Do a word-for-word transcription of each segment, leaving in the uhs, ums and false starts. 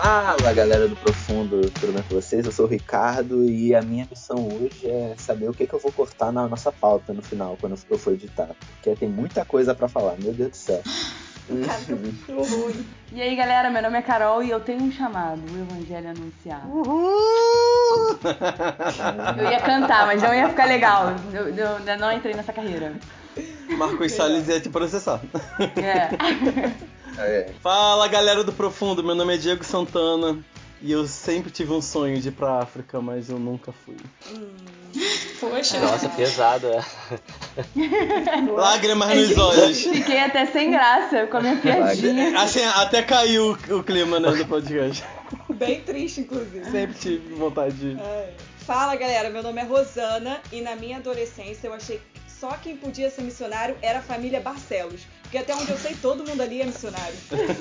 Fala galera do Profundo, tudo bem com vocês? Eu sou o Ricardo e a minha missão hoje é saber o que, que eu vou cortar na nossa pauta no final, quando eu for editar. Porque tem muita coisa pra falar, meu Deus do céu. Cara, que horror. E aí galera, meu nome é Carol e eu tenho um chamado, o Evangelho Anunciado. Uhul! Eu ia cantar, mas não ia ficar legal, eu, eu ainda não entrei nessa carreira. Marcos Salles ia te processar. É. É. Fala galera do Profundo, meu nome é Diego Santana e eu sempre tive um sonho de ir pra África, mas eu nunca fui. Hum, poxa. Nossa, pesado, é. Lágrimas nos olhos. Fiquei até sem graça com a minha piadinha. Assim, até caiu o clima, né, do podcast. Bem triste, inclusive. Sempre tive vontade de ir. É. Fala galera, meu nome é Rosana e na minha adolescência eu achei que só quem podia ser missionário era a família Barcelos. Porque até onde eu sei, todo mundo ali é missionário.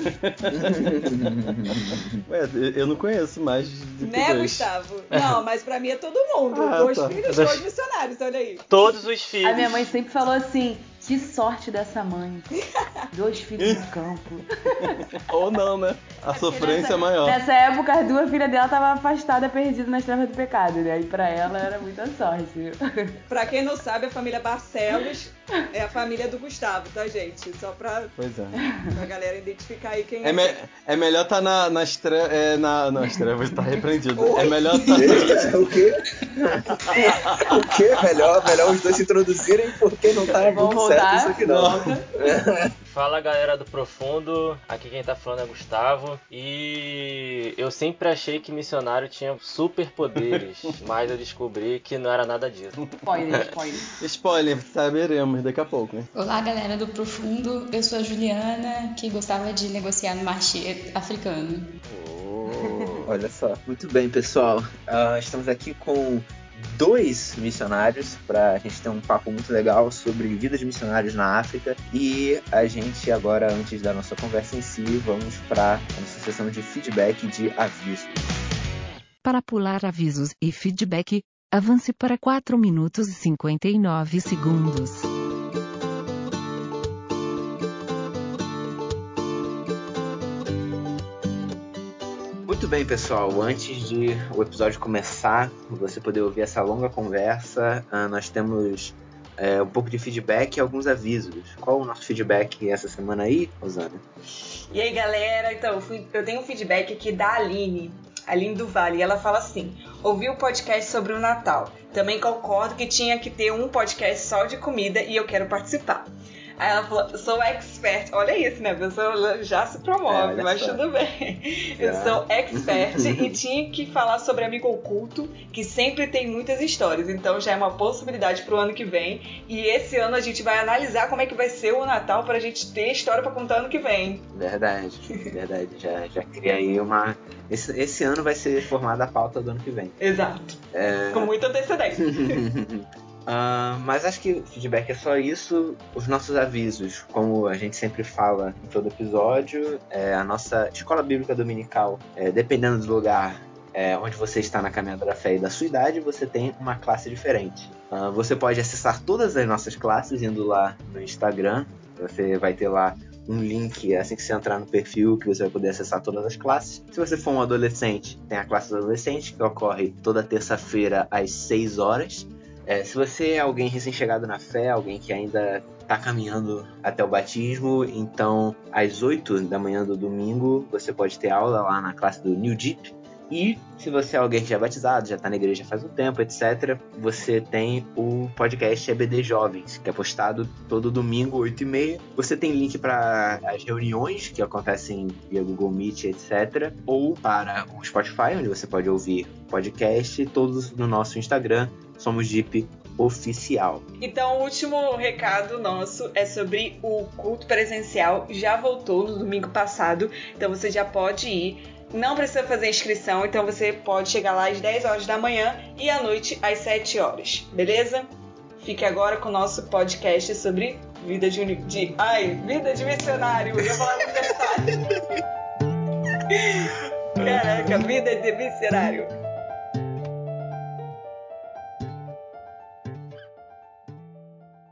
Ué, eu não conheço mais do que Né, dois. Gustavo? Não, mas pra mim é todo mundo. Ah, dois tá. filhos, dois missionários, olha aí. Todos os filhos. A minha mãe sempre falou assim, que sorte dessa mãe. Dois filhos no campo. Ou não, né? A sofrência nessa, é maior. Nessa época, as duas filhas dela estavam afastadas, perdidas nas trevas do pecado, né? E pra ela era muita sorte. Pra quem não sabe, a família Barcelos é a família do Gustavo, tá, gente? Só pra, Pois é. pra galera identificar aí quem É, é. me- quem. é melhor estar tá na, nas trevas. É, na, nas trevas, tá repreendido. É melhor tá. O quê? O quê? Melhor, melhor os dois se introduzirem porque não tá Vamos muito certo voltar? isso aqui não. Fala galera do Profundo, aqui quem tá falando é Gustavo. E eu sempre achei que missionário tinha superpoderes, mas eu descobri que não era nada disso. Spoiler, spoiler. Spoiler, saberemos daqui a pouco, né? Olá, galera do Profundo. Eu sou a Juliana, que gostava de negociar no marché africano. Olha só, muito bem pessoal, uh, estamos aqui com dois missionários para a gente ter um papo muito legal sobre vida de missionários na África e a gente agora, antes da nossa conversa em si, vamos para a nossa sessão de feedback de aviso. Para pular avisos e feedback, avance para quatro minutos e cinquenta e nove segundos. Muito bem, pessoal. Antes de o episódio começar, você poder ouvir essa longa conversa, uh, nós temos uh, um pouco de feedback e alguns avisos. Qual o nosso feedback essa semana aí, Rosana? E aí, galera? Então, eu, fui, eu tenho um feedback aqui da Aline, Aline do Vale, e ela fala assim: ouvi o podcast sobre o Natal. Também concordo que tinha que ter um podcast só de comida e eu quero participar. Aí ela falou, sou expert, olha isso, né? A pessoa já se promove, é, mas só. Tudo bem. Eu Já. sou expert e tinha que falar sobre amigo oculto, que sempre tem muitas histórias, então já é uma possibilidade pro ano que vem. E esse ano a gente vai analisar como é que vai ser o Natal pra gente ter história pra contar ano que vem. Verdade, verdade. Já, já cria aí uma... Esse, esse ano vai ser formada a pauta do ano que vem. Exato. É... Com muita antecedência. Uh, mas acho que o feedback é só isso. Os nossos avisos, como a gente sempre fala em todo episódio, é a nossa escola bíblica dominical, é, dependendo do lugar é, onde você está na caminhada da fé e da sua idade, você tem uma classe diferente. Uh, você pode acessar todas as nossas classes indo lá no Instagram. Você vai ter lá um link assim que você entrar no perfil, que você vai poder acessar todas as classes. Se você for um adolescente, tem a classe do adolescente, que ocorre toda terça-feira às seis horas. É, se você é alguém recém-chegado na fé, alguém que ainda está caminhando até o batismo, então às oito da manhã do domingo você pode ter aula lá na classe do New Deep. E se você é alguém que já é batizado, já está na igreja faz um tempo, etcétera, você tem o podcast E B D Jovens, que é postado todo domingo, oito e meia. Você tem link para as reuniões que acontecem via Google Meet, etcétera. Ou para o Spotify, onde você pode ouvir podcast, todos no nosso Instagram. Somos Deep Oficial. Então, o último recado nosso é sobre o culto presencial. Já voltou no domingo passado, então você já pode ir. Não precisa fazer inscrição, então você pode chegar lá às dez horas da manhã e à noite às sete horas, beleza? Fique agora com o nosso podcast sobre vida de... de ai, vida de missionário. Eu ia falar missionário. Caraca, vida de missionário.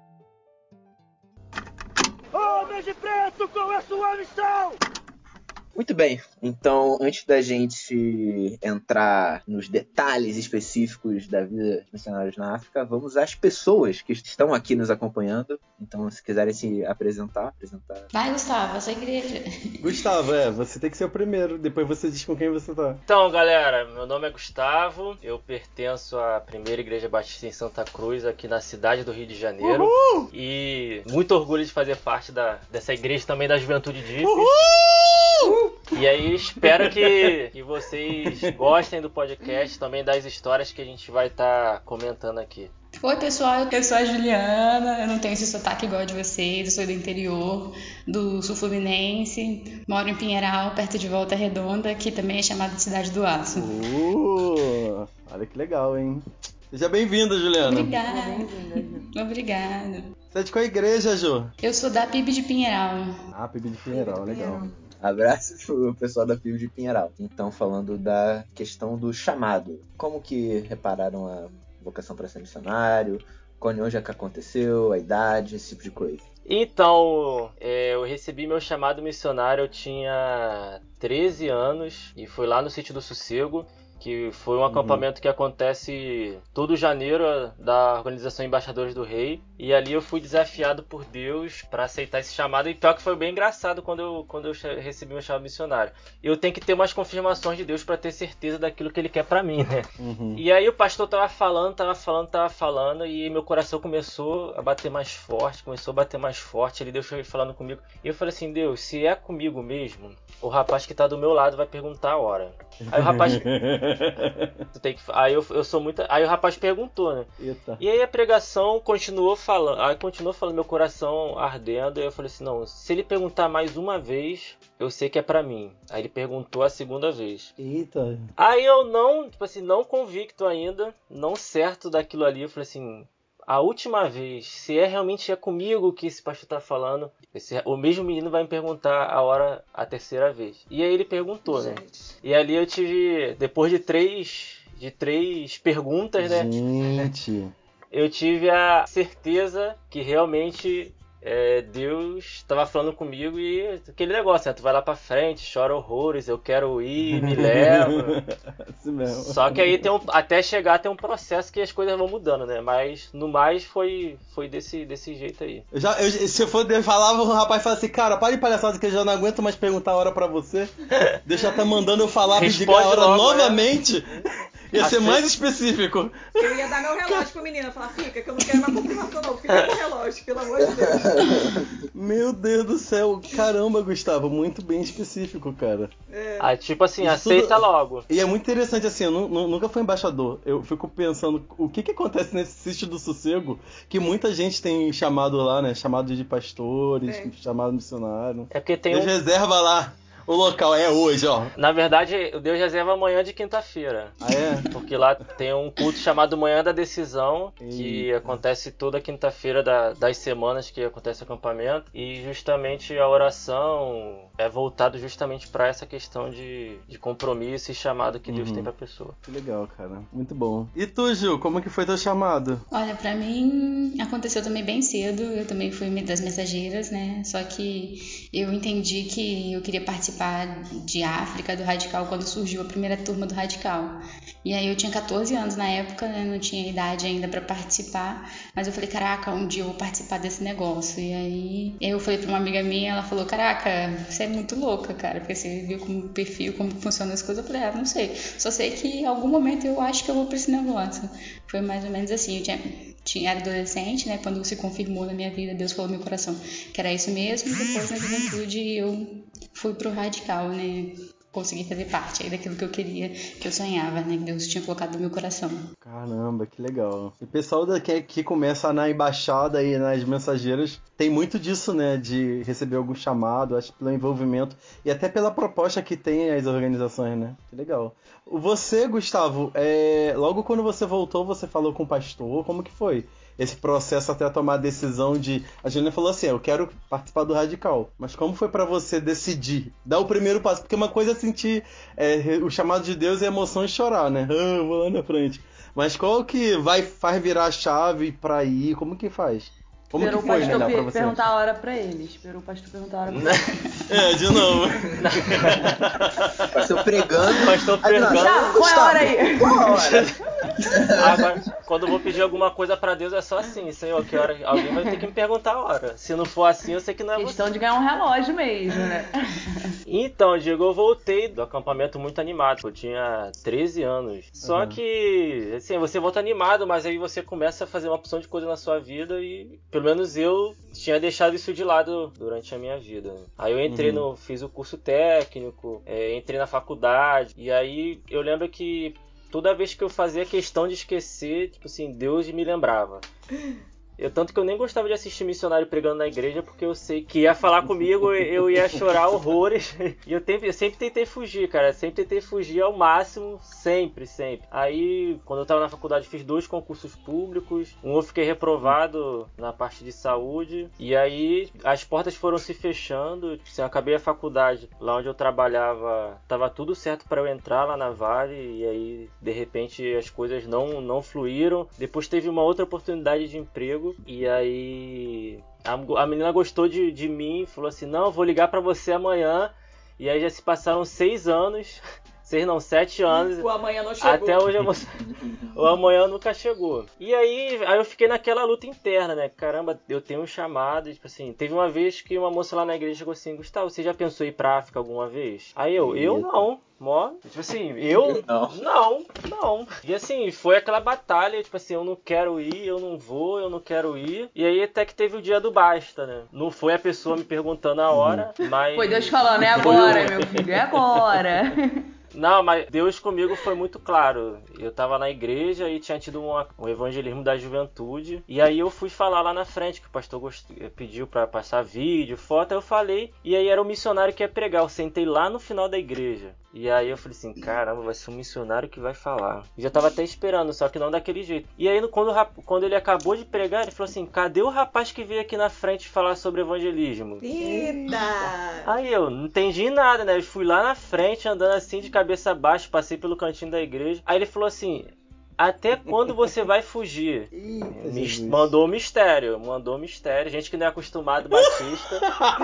Homens de preto, qual é a sua missão? Muito bem, então antes da gente entrar nos detalhes específicos da vida dos missionários na África, vamos às pessoas que estão aqui nos acompanhando. Então, se quiserem se apresentar, apresentar. Vai, Gustavo, essa igreja. Gustavo, é, você tem que ser o primeiro, depois você diz com quem você tá. Então, galera, meu nome é Gustavo, eu pertenço à primeira igreja batista em Santa Cruz, aqui na cidade do Rio de Janeiro. Uhul! E muito orgulho de fazer parte da, dessa igreja também da Juventude D I F. Uhul! E aí, espero que, que vocês gostem do podcast, também das histórias que a gente vai estar tá comentando aqui. Oi, pessoal, eu sou a Juliana, eu não tenho esse sotaque igual de vocês, eu sou do interior, do sul fluminense, moro em Pinheiral, perto de Volta Redonda, que também é chamada de Cidade do Aço. Uh, olha que legal, hein? Seja bem-vinda, Juliana. Obrigada. Bem-vinda, Ju. Obrigada. Você é de qual igreja, Ju? Eu sou da P I B de Pinheiral. Ah, P I B de Pinheiral, legal. Abraços pro pessoal da P I B de Pinheiral. Então, falando da questão do chamado. Como que repararam a vocação para ser missionário? Onde é que aconteceu? A idade? Esse tipo de coisa. Então, é, eu recebi meu chamado missionário, eu tinha treze anos e foi lá no Sítio do Sossego, que foi um Uhum. acampamento que acontece todo janeiro da Organização Embaixadores do Rei. E ali eu fui desafiado por Deus para aceitar esse chamado. E pior que foi bem engraçado quando eu, quando eu recebi meu chamado missionário. Eu tenho que ter umas confirmações de Deus para ter certeza daquilo que Ele quer para mim, né? Uhum. E aí o pastor tava falando, tava falando, tava falando, e meu coração começou a bater mais forte, começou a bater mais forte. Ele Deus foi falando comigo. E eu falei assim, Deus, se é comigo mesmo, o rapaz que tá do meu lado vai perguntar a hora. Aí o rapaz... tu tem que... Aí eu, eu sou muito... Aí o rapaz perguntou, né? Eita. E aí a pregação continuou falando, aí continuou falando, meu coração ardendo, e eu falei assim, não, se ele perguntar mais uma vez, eu sei que é pra mim. Aí ele perguntou a segunda vez. Eita. Aí eu não, tipo assim, não convicto ainda, não certo daquilo ali, eu falei assim, a última vez, se é realmente é comigo que esse pastor tá falando, esse, o mesmo menino vai me perguntar a hora a terceira vez. E aí ele perguntou, né? E ali eu tive, depois de três, de três perguntas, né? Gente. Eu tive a certeza que realmente é, Deus estava falando comigo e aquele negócio, né? Tu vai lá pra frente, chora horrores, eu quero ir, me leva. Assim mesmo. Só que aí tem um, até chegar tem um processo que as coisas vão mudando, né? Mas no mais foi, foi desse, desse jeito aí. Eu já, eu, se eu for falava, o rapaz fala assim, cara, para de palhaçada que eu já não aguento mais perguntar a hora pra você. Deixa tá mandando eu falar, pedir a hora logo, novamente. Né? Ia ser Aceita. mais específico. Eu ia dar meu relógio pra menina, falar, fica, que eu não quero mais confirmação não, fica com o relógio, pelo amor de Deus. Meu Deus do céu, caramba, Gustavo, muito bem específico, cara. É. Ah, tipo assim, Isso aceita tudo- logo. E é muito interessante, assim, eu nu- nu- nunca fui embaixador. Eu fico pensando o que que acontece nesse sítio do sossego, que muita gente tem chamado lá, né? Chamado de pastores, É. chamado missionário. É porque tem Deus um... reserva lá o local, é hoje, ó. Na verdade, o Deus reserva amanhã de quinta-feira. Ah, é? Porque lá tem um culto chamado Manhã da Decisão, que Eita. acontece toda quinta-feira da- das semanas que acontece o acampamento. E justamente a oração é voltado justamente para essa questão de, de compromisso e chamado que Deus Uhum. tem pra pessoa. Que legal, cara. Muito bom. E tu, Gil, como que foi teu chamado? Olha, pra mim aconteceu também bem cedo, eu também fui das mensageiras, né? Só que eu entendi que eu queria participar de África, do Radical, quando surgiu a primeira turma do Radical. E aí eu tinha catorze anos na época, né? Não tinha idade ainda pra participar, mas eu falei, caraca, um dia eu vou participar desse negócio. E aí eu falei pra uma amiga minha, ela falou, caraca, você é muito louca, cara, porque você viu como perfil, como funcionam as coisas. Eu falei, ah, não sei, só sei que em algum momento eu acho que eu vou pra esse negócio. Foi mais ou menos assim, eu tinha, tinha era adolescente, né, quando se confirmou na minha vida, Deus falou no meu coração que era isso mesmo, e depois na juventude eu fui pro Radical, né, consegui fazer parte aí daquilo que eu queria, que eu sonhava, né, que Deus tinha colocado no meu coração. Caramba, que legal. E o pessoal daqui que começa na embaixada e nas mensageiras tem muito disso, né? De receber algum chamado, acho que pelo envolvimento e até pela proposta que tem as organizações, né? Que legal. Você, Gustavo, é... logo quando você voltou, você falou com o pastor, como que foi? Esse processo até tomar a decisão de... A Juliana falou assim, eu quero participar do Radical. Mas como foi pra você decidir? Dar o primeiro passo? Porque uma coisa é sentir é, o chamado de Deus e a emoção e chorar, né? Ah, eu vou lá na frente. Mas qual que vai, faz virar a chave pra ir? Como que faz? Como Esperou que o foi, pastor Nélia, pra pe- você? perguntar a hora pra ele. Esperou o pastor perguntar a hora pra ele. É, de novo. Pastor pregando. Pastor Aí, do nada, pregando. Gustavo, qual é a hora aí? Qual a hora? Agora, quando eu vou pedir alguma coisa pra Deus, é só assim, Senhor, que hora alguém vai ter que me perguntar a hora. Se não for assim, eu sei que não é Questão você. de ganhar um relógio mesmo, né? Então, Diego, eu voltei do acampamento muito animado. Eu tinha treze anos. Só Uhum. que, assim, você volta animado, mas aí você começa a fazer uma opção de coisa na sua vida e, pelo menos eu, tinha deixado isso de lado durante a minha vida. Aí eu entrei Uhum. no... fiz o curso técnico, é, entrei na faculdade. E aí eu lembro que toda vez que eu fazia questão de esquecer, tipo assim, Deus me lembrava. Eu, tanto que eu nem gostava de assistir missionário pregando na igreja, porque eu sei que ia falar comigo, eu ia chorar horrores. E eu, te, eu sempre tentei fugir, cara. Sempre tentei fugir ao máximo, sempre, sempre. Aí, quando eu tava na faculdade, fiz dois concursos públicos. Um eu fiquei reprovado na parte de saúde. E aí, as portas foram se fechando. Assim, eu acabei a faculdade. Lá onde eu trabalhava, tava tudo certo para eu entrar lá na Vale. E aí, de repente, as coisas não, não fluíram. Depois teve uma outra oportunidade de emprego. E aí a, a menina gostou de, de mim e falou assim, não, eu vou ligar pra você amanhã. E aí já se passaram seis anos. Seis não, sete anos. O amanhã não chegou. Até hoje a moça... o amanhã nunca chegou. E aí, aí eu fiquei naquela luta interna, né? Caramba, eu tenho um chamado. Tipo assim, teve uma vez que uma moça lá na igreja chegou assim, Gustavo, você já pensou em ir pra África alguma vez? Aí eu, eu não. Mó, tipo assim, eu Não. não, não. E assim, foi aquela batalha, tipo assim, eu não quero ir, eu não vou, eu não quero ir. E aí até que teve o dia do basta, né? Não foi a pessoa me perguntando a hora, mas... Foi Deus falando, é foi agora, o- meu filho, é agora. Não, mas Deus comigo foi muito claro. Eu tava na igreja e tinha tido uma, um evangelismo da juventude. E aí eu fui falar lá na frente, que o pastor gost... pediu pra passar vídeo, foto. Aí eu falei. E aí era o missionário que ia pregar. Eu sentei lá no final da igreja. E aí eu falei assim, caramba, vai ser um missionário que vai falar. Eu já tava até esperando, só que não daquele jeito. E aí quando, o rap... quando ele acabou de pregar, ele falou assim, cadê o rapaz que veio aqui na frente falar sobre evangelismo? Eita! Aí eu não entendi nada, né? Eu fui lá na frente, andando assim de cabeça baixa, passei pelo cantinho da igreja. Aí ele falou assim, até quando você vai fugir? Eita, Mis- Jesus. Mandou o mistério, mandou o mistério. Gente que não é acostumado batista.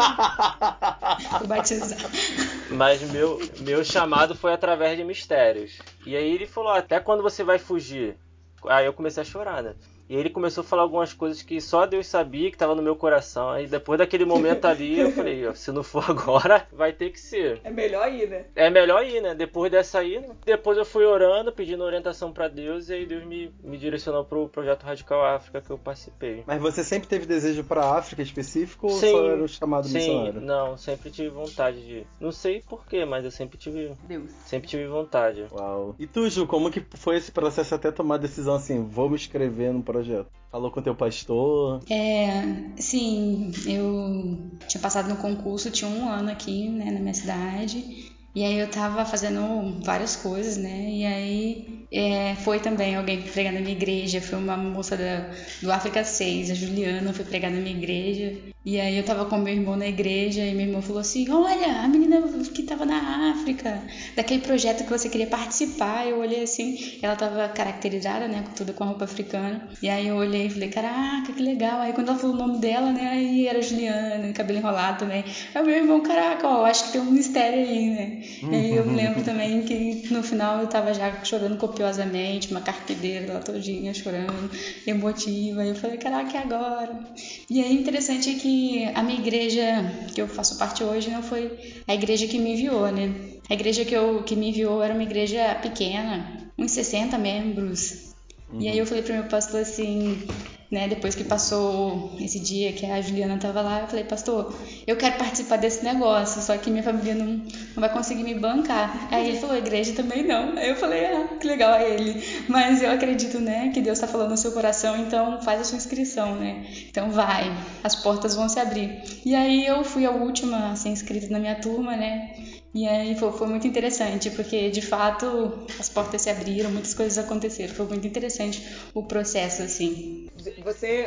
Fui batizar. Mas meu, meu chamado foi através de mistérios. E aí ele falou, até quando você vai fugir? Aí eu comecei a chorar, né? E ele começou a falar algumas coisas que só Deus sabia, que estava no meu coração. Aí depois daquele momento ali, eu falei, ó, se não for agora, vai ter que ser. É melhor ir, né? É melhor ir, né? Depois dessa aí, né? Depois eu fui orando, pedindo orientação pra Deus, e aí Deus me, me direcionou pro Projeto Radical África que eu participei. Mas você sempre teve desejo pra África específico ou Sim, só era o chamado Sim, missionário? não, sempre tive vontade de ir. Não sei porquê, mas eu sempre tive, Deus. sempre tive vontade. Uau. E tu, Ju, como que foi esse processo até tomar a decisão assim, vou me inscrever no projeto? Falou com teu pastor? É, sim, eu tinha passado no concurso, tinha um ano aqui, né, na minha cidade. E aí eu tava fazendo várias coisas, né? E aí é, foi também alguém pregar na minha igreja, foi uma moça da, do África seis, a Juliana, foi pregar na minha igreja. E aí eu tava com meu irmão na igreja e meu irmão falou assim, olha, a menina que tava na África, daquele projeto que você queria participar. Eu olhei assim, ela tava caracterizada, né, toda com a roupa africana. E aí eu olhei e falei, caraca, que legal. Aí quando ela falou o nome dela, né, aí era Juliana, cabelo enrolado também. Aí o meu irmão, caraca, ó, acho que tem um mistério aí, né. E aí eu me lembro também que no final eu tava já chorando copiosamente, uma carpideira lá todinha, chorando, emotiva. E eu falei, caraca, e agora? E aí interessante é que a minha igreja, que eu faço parte hoje, não foi a igreja que me enviou, né? A igreja que, eu, que me enviou era uma igreja pequena, uns sessenta membros. Uhum. E aí eu falei pro meu pastor assim, né, depois que passou esse dia que a Juliana tava lá, eu falei, pastor, eu quero participar desse negócio, só que minha família não, não vai conseguir me bancar. Aí ele falou, a igreja também não. Aí eu falei, ah, que legal é ele. Mas eu acredito, né, que Deus tá falando no seu coração, então faz a sua inscrição, né. Então vai, as portas vão se abrir. E aí eu fui a última a ser inscrita na minha turma, né. E aí foi, foi muito interessante, porque de fato as portas se abriram, muitas coisas aconteceram, foi muito interessante o processo, assim. Você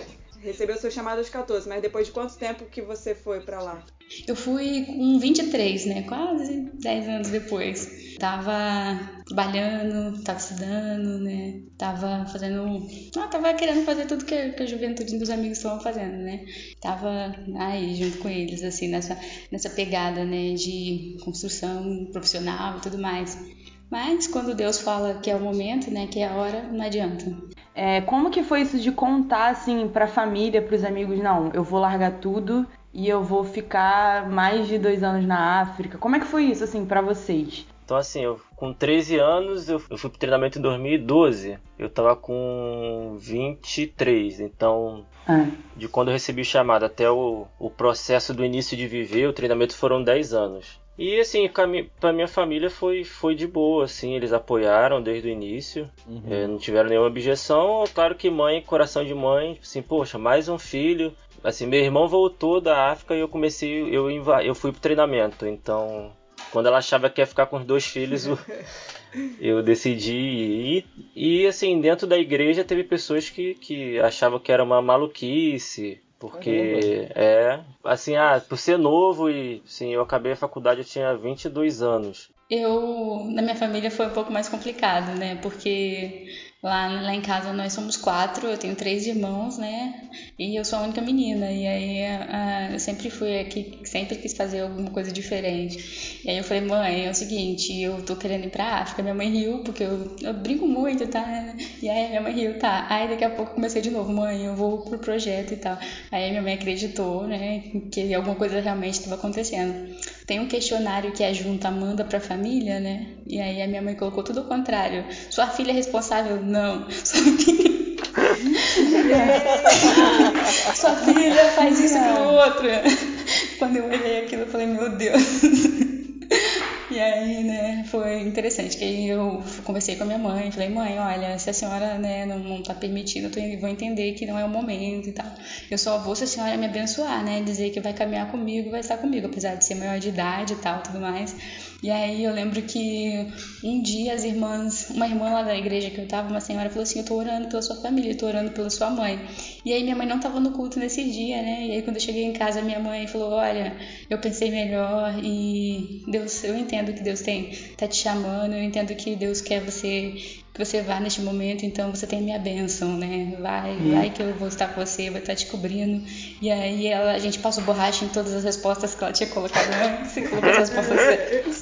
recebeu seu chamado aos catorze, mas depois de quanto tempo que você foi pra lá? Eu fui com vinte e três, né? Quase dez anos depois. Tava trabalhando, tava estudando, né? Tava fazendo... Ah, tava querendo fazer tudo que, que a juventude dos amigos estavam fazendo, né? Tava aí junto com eles, assim, nessa, nessa pegada, né? De construção profissional e tudo mais. Mas quando Deus fala que é o momento, né? Que é a hora, não adianta. É, como que foi isso de contar, assim, pra família, pros amigos? Não, eu vou largar tudo e eu vou ficar mais de dois anos na África. Como é que foi isso, assim, pra vocês? Então, assim, eu, com treze anos, eu, eu fui pro treinamento em dois mil e doze. Eu tava com vinte e três. Então, Ah. de quando eu recebi o chamado até o, o processo do início de viver, o treinamento foram dez anos. E, assim, pra minha família foi, foi de boa, assim, eles apoiaram desde o início. Uhum. É, não tiveram nenhuma objeção. Claro que mãe, coração de mãe, assim, poxa, mais um filho. Assim, meu irmão voltou da África e eu comecei, eu, eu fui pro treinamento, então... Quando ela achava que ia ficar com os dois filhos, eu, eu decidi ir. E, assim, dentro da igreja teve pessoas que, que achavam que era uma maluquice. Porque, Caramba. é, assim, ah, por ser novo e, assim, eu acabei a faculdade, eu tinha vinte e dois anos. Eu, na minha família foi um pouco mais complicado, né? Porque lá, lá em casa nós somos quatro, eu tenho três irmãos, né? E eu sou a única menina. E aí a, eu sempre fui aqui, sempre quis fazer alguma coisa diferente. E aí eu falei, mãe, é o seguinte, eu tô querendo ir pra África. Minha mãe riu, porque eu, eu brinco muito, tá? E aí minha mãe riu, tá. Aí daqui a pouco eu comecei de novo, mãe, eu vou pro projeto e tal. Aí minha mãe acreditou, né? Que alguma coisa realmente estava acontecendo. Tem um questionário que a junta manda pra família, né? E aí a minha mãe colocou tudo ao contrário. Sua filha é responsável? Não. Sua filha... Sua filha faz isso e aquilo outro. Quando eu olhei aquilo, eu falei, meu Deus. E aí, né, foi interessante, que aí eu conversei com a minha mãe, falei, mãe, olha, se a senhora, né, não, não tá permitindo, eu vou entender que não é o momento e tal. Eu só vou se a senhora me abençoar, né, dizer que vai caminhar comigo, vai estar comigo, apesar de ser maior de idade e tal, tudo mais. E aí eu lembro que um dia as irmãs, uma irmã lá da igreja que eu tava, uma senhora falou assim, eu tô orando pela sua família, eu tô orando pela sua mãe. E aí minha mãe não tava no culto nesse dia, né, e aí quando eu cheguei em casa, minha mãe falou, olha, eu pensei melhor e Deus, eu entendo que Deus tem, tá te chamando, eu entendo que Deus quer você, que você vá neste momento, então você tem a minha bênção, né? Vai, hum. vai que eu vou estar com você, vai estar te cobrindo. E aí ela, a gente passou borracha em todas as respostas que ela tinha colocado antes, e colocou as respostas certas.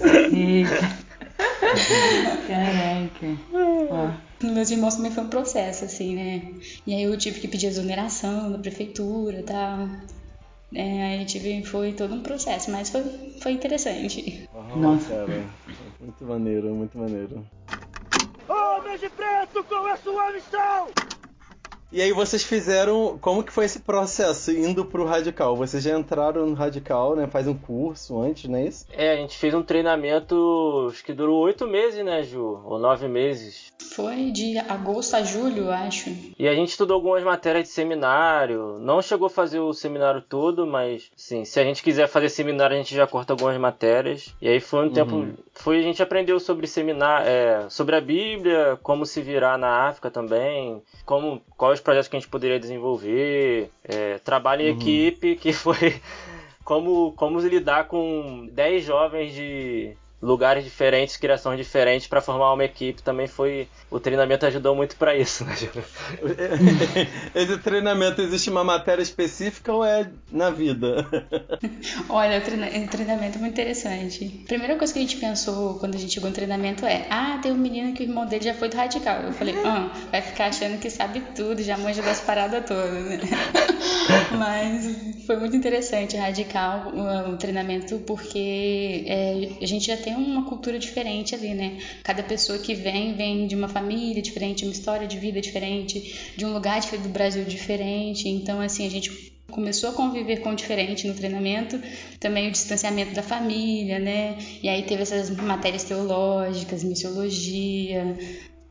Caraca. Ó. Meus irmãos também foi um processo, assim, né? E aí eu tive que pedir exoneração da prefeitura e tal. É, aí tive, foi todo um processo, mas foi, foi interessante. Oh, nossa, cara. Muito maneiro, muito maneiro. Homens de preto, qual é a sua missão? E aí vocês fizeram... Como que foi esse processo indo pro Radical? Vocês já entraram no Radical, né? Faz um curso antes, não é isso? É, a gente fez um treinamento, acho que durou oito meses, né, Ju? Ou nove meses. Foi de agosto a julho, eu acho. E a gente estudou algumas matérias de seminário. Não chegou a fazer o seminário todo, mas, sim, se a gente quiser fazer seminário, a gente já corta algumas matérias. E aí foi um uhum. tempo... Foi, a gente aprendeu sobre seminário, é, sobre a Bíblia, como se virar na África também, como, quais os projetos que a gente poderia desenvolver, é, trabalho em uhum. equipe, que foi como, como lidar com dez jovens de lugares diferentes, criações diferentes para formar uma equipe. Também foi, o treinamento ajudou muito para isso, né? Esse treinamento, existe uma matéria específica ou é na vida? Olha, o treinamento é muito interessante. A primeira coisa que a gente pensou quando a gente chegou no treinamento é, ah, tem um menino que o irmão dele já foi do Radical. Eu falei, ah, vai ficar achando que sabe tudo, já manja das paradas todas, né? Mas foi muito interessante, Radical, o, o treinamento, porque é, a gente já tem uma cultura diferente ali, né? Cada pessoa que vem, vem de uma família diferente, uma história de vida diferente, de um lugar do Brasil diferente. Então, assim, a gente começou a conviver com o diferente no treinamento, também o distanciamento da família, né? E aí teve essas matérias teológicas, missiologia,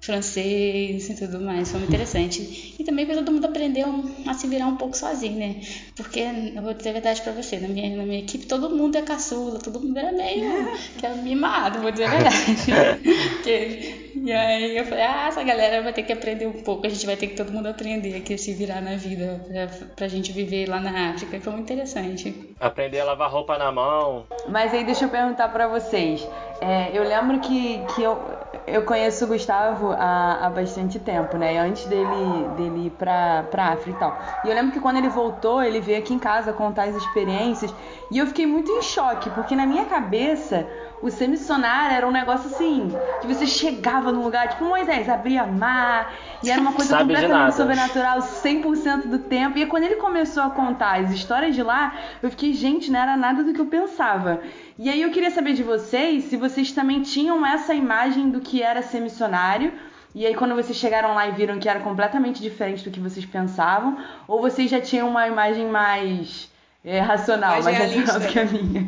francês e tudo mais, foi muito interessante. E também todo mundo aprendeu a se virar um pouco sozinho, né? Porque, eu vou dizer a verdade pra você, na minha, na minha equipe todo mundo é caçula, todo mundo era meio que é mimado, vou dizer a verdade. Porque, e aí eu falei, ah, essa galera vai ter que aprender um pouco, a gente vai ter que todo mundo aprender aqui a se virar na vida pra, pra gente viver lá na África, e foi muito interessante. Aprender a lavar roupa na mão. Mas aí deixa eu perguntar pra vocês. É, eu lembro que, que eu, eu conheço o Gustavo há, há bastante tempo, né? Antes dele, dele ir pra, pra África e tal. E eu lembro que quando ele voltou, ele veio aqui em casa contar as experiências. E eu fiquei muito em choque, porque na minha cabeça, o ser missionário era um negócio assim, que você chegava num lugar, tipo Moisés, abria mar, e era uma coisa Sabe de completamente nada. sobrenatural cem por cento do tempo. E quando ele começou a contar as histórias de lá, eu fiquei, gente, não era nada do que eu pensava. E aí eu queria saber de vocês, se vocês também tinham essa imagem do que era ser missionário, e aí quando vocês chegaram lá e viram que era completamente diferente do que vocês pensavam, ou vocês já tinham uma imagem mais é, racional, Mais mais realista, racional do que a minha.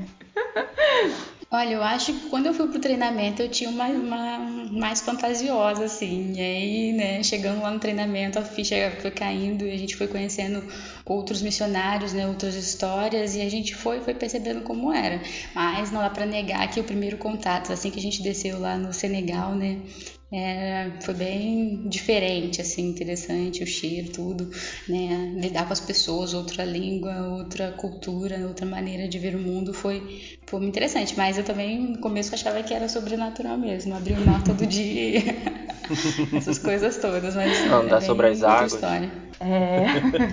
Olha, eu acho que quando eu fui pro treinamento eu tinha uma, uma mais fantasiosa, assim. E aí, né, chegando lá no treinamento, a ficha foi caindo e a gente foi conhecendo outros missionários, né, outras histórias, e a gente foi, foi percebendo como era. Mas não dá pra negar que o primeiro contato, assim que a gente desceu lá no Senegal, né, é, foi bem diferente, assim, interessante, o cheiro, tudo, né, lidar com as pessoas, outra língua, outra cultura, outra maneira de ver o mundo, foi, foi muito interessante, mas eu também no começo achava que era sobrenatural mesmo, abrir o mar todo dia, essas coisas todas, mas Andar é bem sobre as outra águas. história. É.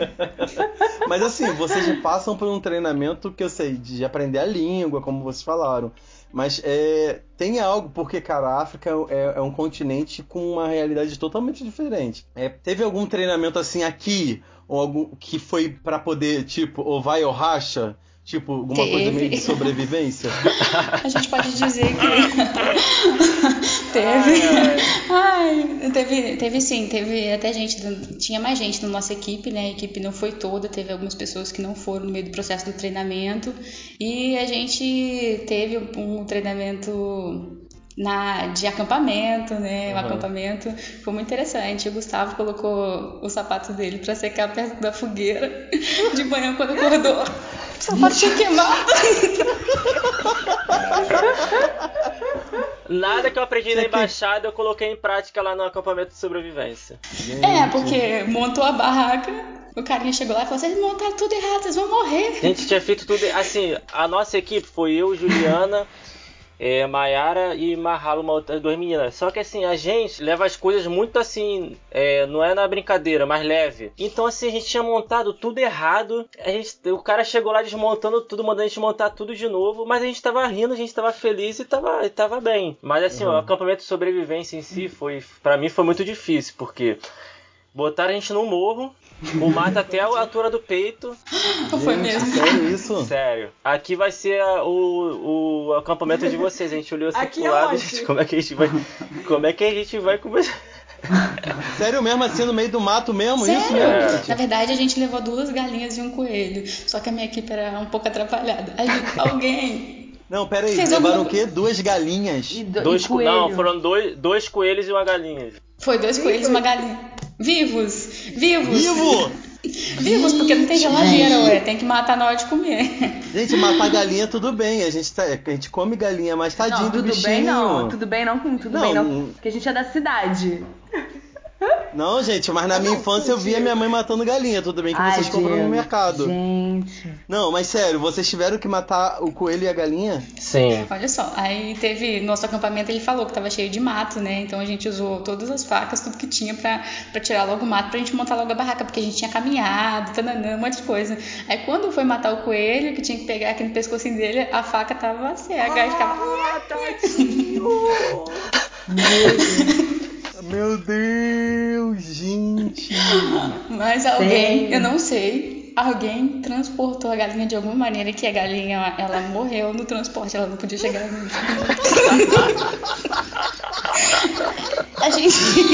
Mas assim, vocês já passam por um treinamento que eu sei, de aprender a língua, como vocês falaram. Mas é, tem algo, porque, cara, a África é, é um continente com uma realidade totalmente diferente. É, teve algum treinamento assim aqui, ou algum que foi pra poder, tipo, ou vai ou racha? Tipo, alguma Teve. coisa meio de sobrevivência? A gente pode dizer que teve. Ai, teve, teve sim, teve até gente, do- tinha mais gente na nossa equipe, né? A equipe não foi toda, teve algumas pessoas que não foram no meio do processo do treinamento. E a gente teve um, um treinamento na, de acampamento, né? O Uhum. acampamento foi muito interessante. O Gustavo colocou o sapato dele pra secar perto da fogueira de manhã quando acordou. O sapato tinha queimado. Nada que eu aprendi na Tinha que- embaixada eu coloquei em prática lá no acampamento de sobrevivência. É, porque montou a barraca, o carinha chegou lá e falou: vocês montaram tudo errado, vocês vão morrer. A gente tinha feito tudo. Assim, a nossa equipe foi eu, Juliana, é, Maiara e Marralo, uma outra, duas meninas. Só que assim, a gente leva as coisas muito assim, é, não é na brincadeira, mas leve. Então assim, a gente tinha montado tudo errado. A gente, o cara chegou lá desmontando tudo, mandando a gente montar tudo de novo. Mas a gente tava rindo, a gente tava feliz e tava, e tava bem. Mas assim, Uhum. o acampamento de sobrevivência em si, foi, pra mim foi muito difícil, porque botaram a gente num morro, o mato até a altura do peito. Foi Gente, mesmo. sério isso? Sério. Aqui vai ser a- o, o acampamento de vocês. A gente olhou assim Aqui pro é lado, onde? gente, como é que a gente vai. Como é que a gente vai começar? Sério mesmo, assim, no meio do mato mesmo? Isso Sério? mesmo, É. gente? Na verdade, a gente levou duas galinhas e um coelho. Só que a minha equipe era um pouco atrapalhada. Aí alguém. Não, pera aí, Fez levaram alguma- o quê? Duas galinhas? E, do, Dois e co- coelho. Não, foram dois, dois coelhos e uma galinha. Foi dois coelhos e uma galinha. Vivos! Vivos! Vivo! Vivos, porque não tem geladeira, ué. Tem que matar na hora de comer. Gente, matar galinha tudo bem, a gente, tá, a gente come galinha, mas tadinho Não, do tudo bichinho. bem não, tudo bem não, tudo Não. bem não, porque a gente é da cidade. Não, gente, mas na minha infância eu via minha mãe matando galinha, tudo bem que Ai, vocês compram no Diego, mercado. Gente. Não, mas sério, vocês tiveram que matar o coelho e a galinha? Sim. Olha só, aí teve. Nosso acampamento ele falou que tava cheio de mato, né? Então a gente usou todas as facas, tudo que tinha pra, pra tirar logo o mato, pra gente montar logo a barraca, porque a gente tinha caminhado, tananã, um monte de coisa. Aí quando foi matar o coelho, que tinha que pegar aqui no pescocinho dele, a faca tava cega, aí ficava. Ah, tadinho! Meu Deus, gente. Mas alguém, Sim. eu não sei, alguém transportou a galinha de alguma maneira que a galinha, ela morreu no transporte, ela não podia chegar no... A gente...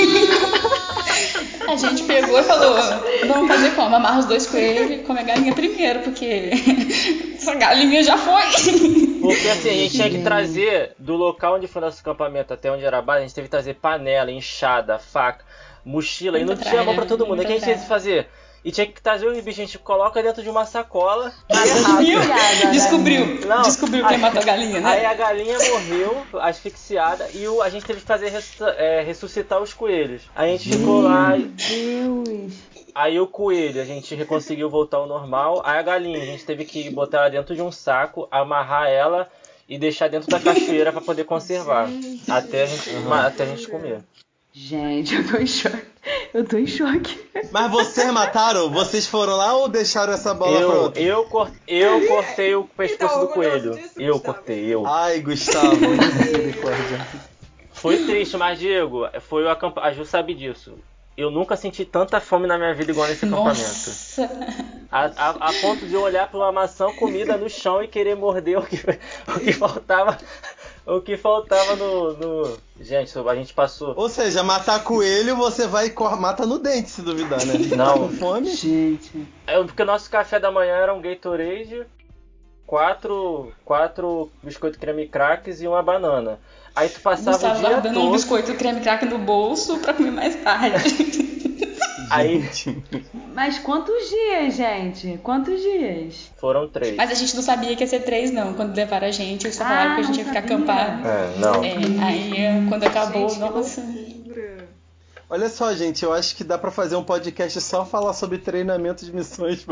A gente pegou e falou, vamos fazer como? Amarra os dois coelhos e come a galinha primeiro, porque essa galinha já foi. Porque assim, a gente tinha que trazer do local onde foi nosso acampamento até onde era a base, a gente teve que trazer panela, enxada, faca, mochila, Muita e não tinha mão pra tralha, todo mundo. O que a gente tinha muita que fazer? E tinha que trazer os bichos, a gente coloca dentro de uma sacola. Viu? Descobriu. Não, Descobriu quem matou a galinha, né? Aí a galinha morreu, asfixiada, e o, a gente teve que fazer ressu- é, ressuscitar os coelhos. Aí a gente ficou lá. Deus. Aí o coelho, a gente conseguiu voltar ao normal. Aí a galinha, a gente teve que botar ela dentro de um saco, amarrar ela e deixar dentro da cachoeira pra poder conservar. Até a gente, Uhum. até a gente comer. Gente, eu tô em choque. Eu tô em choque. Mas vocês mataram? Vocês foram lá ou deixaram essa bola pra Eu, outra? eu, cor, eu cortei o pescoço Então, do orgulhoso coelho. disso, Eu Gustavo? cortei, eu. Ai, Gustavo, misericórdia. Foi triste, mas Diego, foi o acamp... a Ju sabe disso. Eu nunca senti tanta fome na minha vida igual nesse acampamento. Nossa. A, a, a ponto de eu olhar para uma maçã comida no chão e querer morder o que, o que faltava. O que faltava no, no... Gente, a gente passou. Ou seja, matar coelho, você vai e cor- mata no dente, se duvidar, né? Não. Tá com fome? Gente. É, porque o nosso café da manhã era um Gatorade, quatro, quatro biscoitos creme crackers e uma banana. Aí tu passava Gustavo o dia dando todo. um biscoito creme crack no bolso pra comer mais tarde. Aí Mas quantos dias, gente? Quantos dias? foram três. Mas a gente não sabia que ia ser três, não. Quando levaram a gente, eles só falaram Ah, que a gente não ia ficar sabia. acampado. É, não. É, aí quando acabou, Gente, que nossa. loucura. Olha só, gente, eu acho que dá pra fazer um podcast só falar sobre treinamento de missões.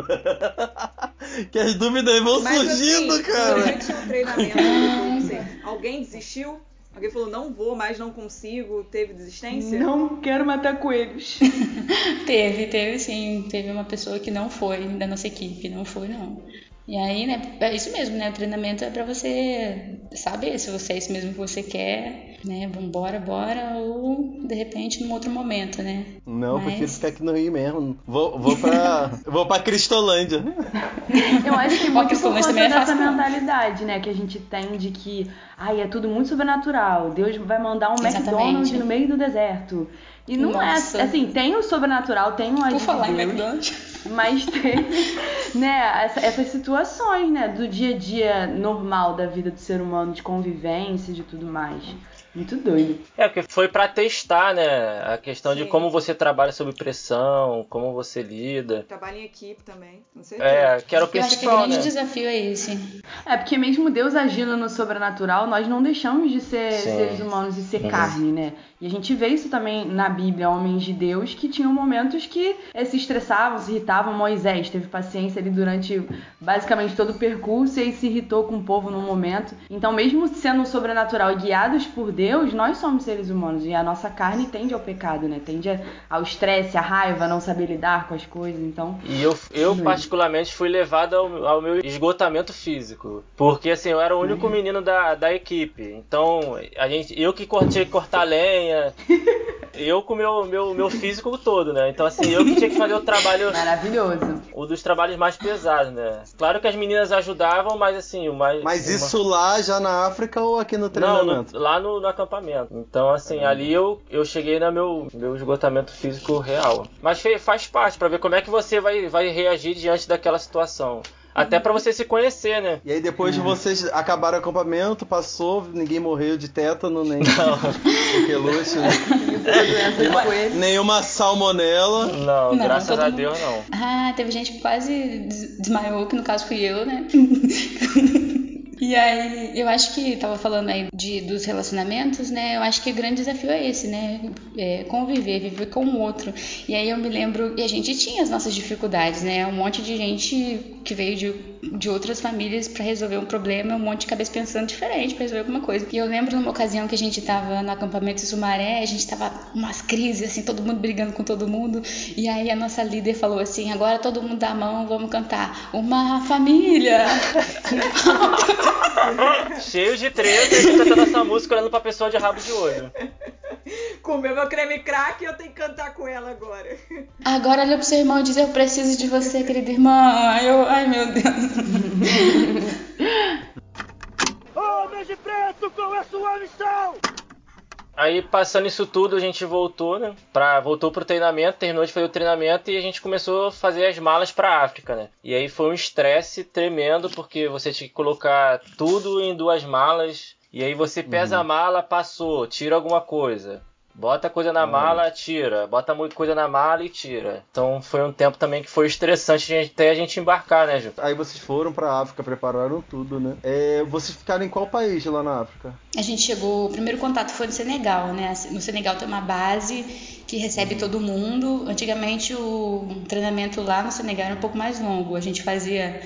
Que as dúvidas vão Mas surgindo, assim, cara. durante o treinamento, assim, alguém desistiu? Alguém falou, não vou mais, não consigo, teve desistência? Não quero matar coelhos. Teve, teve sim. Teve uma pessoa que não foi da nossa equipe, não foi não. E aí, né, é isso mesmo, né? O treinamento é pra você saber se você é isso mesmo que você quer, né? Vambora, bora, ou de repente num outro momento, né? Não, Mas... prefiro ficar aqui no Rio mesmo. Vou, vou pra. vou pra Cristolândia. Eu acho que Ó, muito que por também conta é dessa fácil, não. mentalidade, né? Que a gente tem de que ai, é tudo muito sobrenatural. Deus vai mandar um Exatamente. McDonald's no meio do deserto. E não Nossa. é assim, tem o sobrenatural, tem o agir Por falar de em Deus, McDonald's. mas tem, né, essa- essas situações, né, do dia a dia normal da vida do ser humano, de convivência e de tudo mais. Muito doido. É, porque foi pra testar, né? A questão de Sim. como você trabalha sob pressão, como você lida. Trabalho em equipe também, com certeza. É, que era o Eu acho que o principal, grande né? desafio é esse. É, porque mesmo Deus agindo no sobrenatural, nós não deixamos de ser Sim. seres humanos e ser Uhum. carne, né? E a gente vê isso também na Bíblia, homens de Deus que tinham momentos que eh, se estressavam, se irritavam. Moisés teve paciência ali durante basicamente todo o percurso e aí se irritou com o povo num momento. Então, mesmo sendo sobrenatural e guiados por Deus, nós somos seres humanos e a nossa carne tende ao pecado, né? Tende a- ao estresse, à raiva, a não saber lidar com as coisas, então... E eu, eu Doido. particularmente, fui levado ao, ao meu esgotamento físico. Porque, assim, eu era o único menino da, da equipe. Então, a gente, eu que cor- tinha que cortar lenha. Eu com o meu, meu, meu físico todo, né? Então, assim, eu que tinha que fazer o trabalho... Maravilhoso. Um dos trabalhos mais pesados, né? Claro que as meninas ajudavam, mas, assim, o mais... Mas uma- isso lá já na África ou aqui no Não, treinamento? no- lá no, no acampamento. Então, assim, ali eu, eu cheguei no meu, meu esgotamento físico real. Mas fe- faz parte, pra ver como é que você vai, vai reagir diante daquela situação. Até pra você se conhecer, né? E aí depois de vocês acabaram o acampamento, passou, ninguém morreu de tétano, nem coqueluche, nenhuma, nenhuma salmonela. Não, Não, graças todo a mundo- Deus não. Ah, teve gente que quase des- desmaiou, que no caso fui eu, né? E aí, eu acho que tava falando aí de, dos relacionamentos, né? Eu acho que o grande desafio é esse, né? É conviver, viver com o outro. E aí eu me lembro, e a gente tinha as nossas dificuldades, né? Um monte de gente que veio de, de outras famílias pra resolver um problema, um monte de cabeça pensando diferente pra resolver alguma coisa. E eu lembro numa ocasião que a gente tava no acampamento Sumaré, a gente tava com umas crises, assim, todo mundo brigando com todo mundo. E aí a nossa líder falou assim: agora todo mundo dá a mão, vamos cantar Uma Família! Cheio de treta, e cantando essa música olhando pra pessoa de rabo de olho. Comeu meu creme crack e eu tenho que cantar com ela agora. Agora olha pro seu irmão e diz: eu preciso de você, querida irmã. Eu, ai, meu Deus. Homens de preto, qual é a sua missão? Aí passando isso tudo, a gente voltou, né? Pra, voltou pro treinamento, terminou de fazer o treinamento e a gente começou a fazer as malas pra África, né? E aí foi um estresse tremendo, porque você tinha que colocar tudo em duas malas. E aí você pesa Uhum. a mala, passou, tira alguma coisa. Bota coisa na Ai. mala, tira. Bota muita coisa na mala e tira. Então foi um tempo também que foi estressante até a gente embarcar, né, Ju? Aí vocês foram pra África, prepararam tudo, né? É, vocês ficaram em qual país lá na África? A gente chegou, o primeiro contato foi no Senegal, né? No Senegal tem uma base que recebe todo mundo. Antigamente o treinamento lá no Senegal era um pouco mais longo. A gente fazia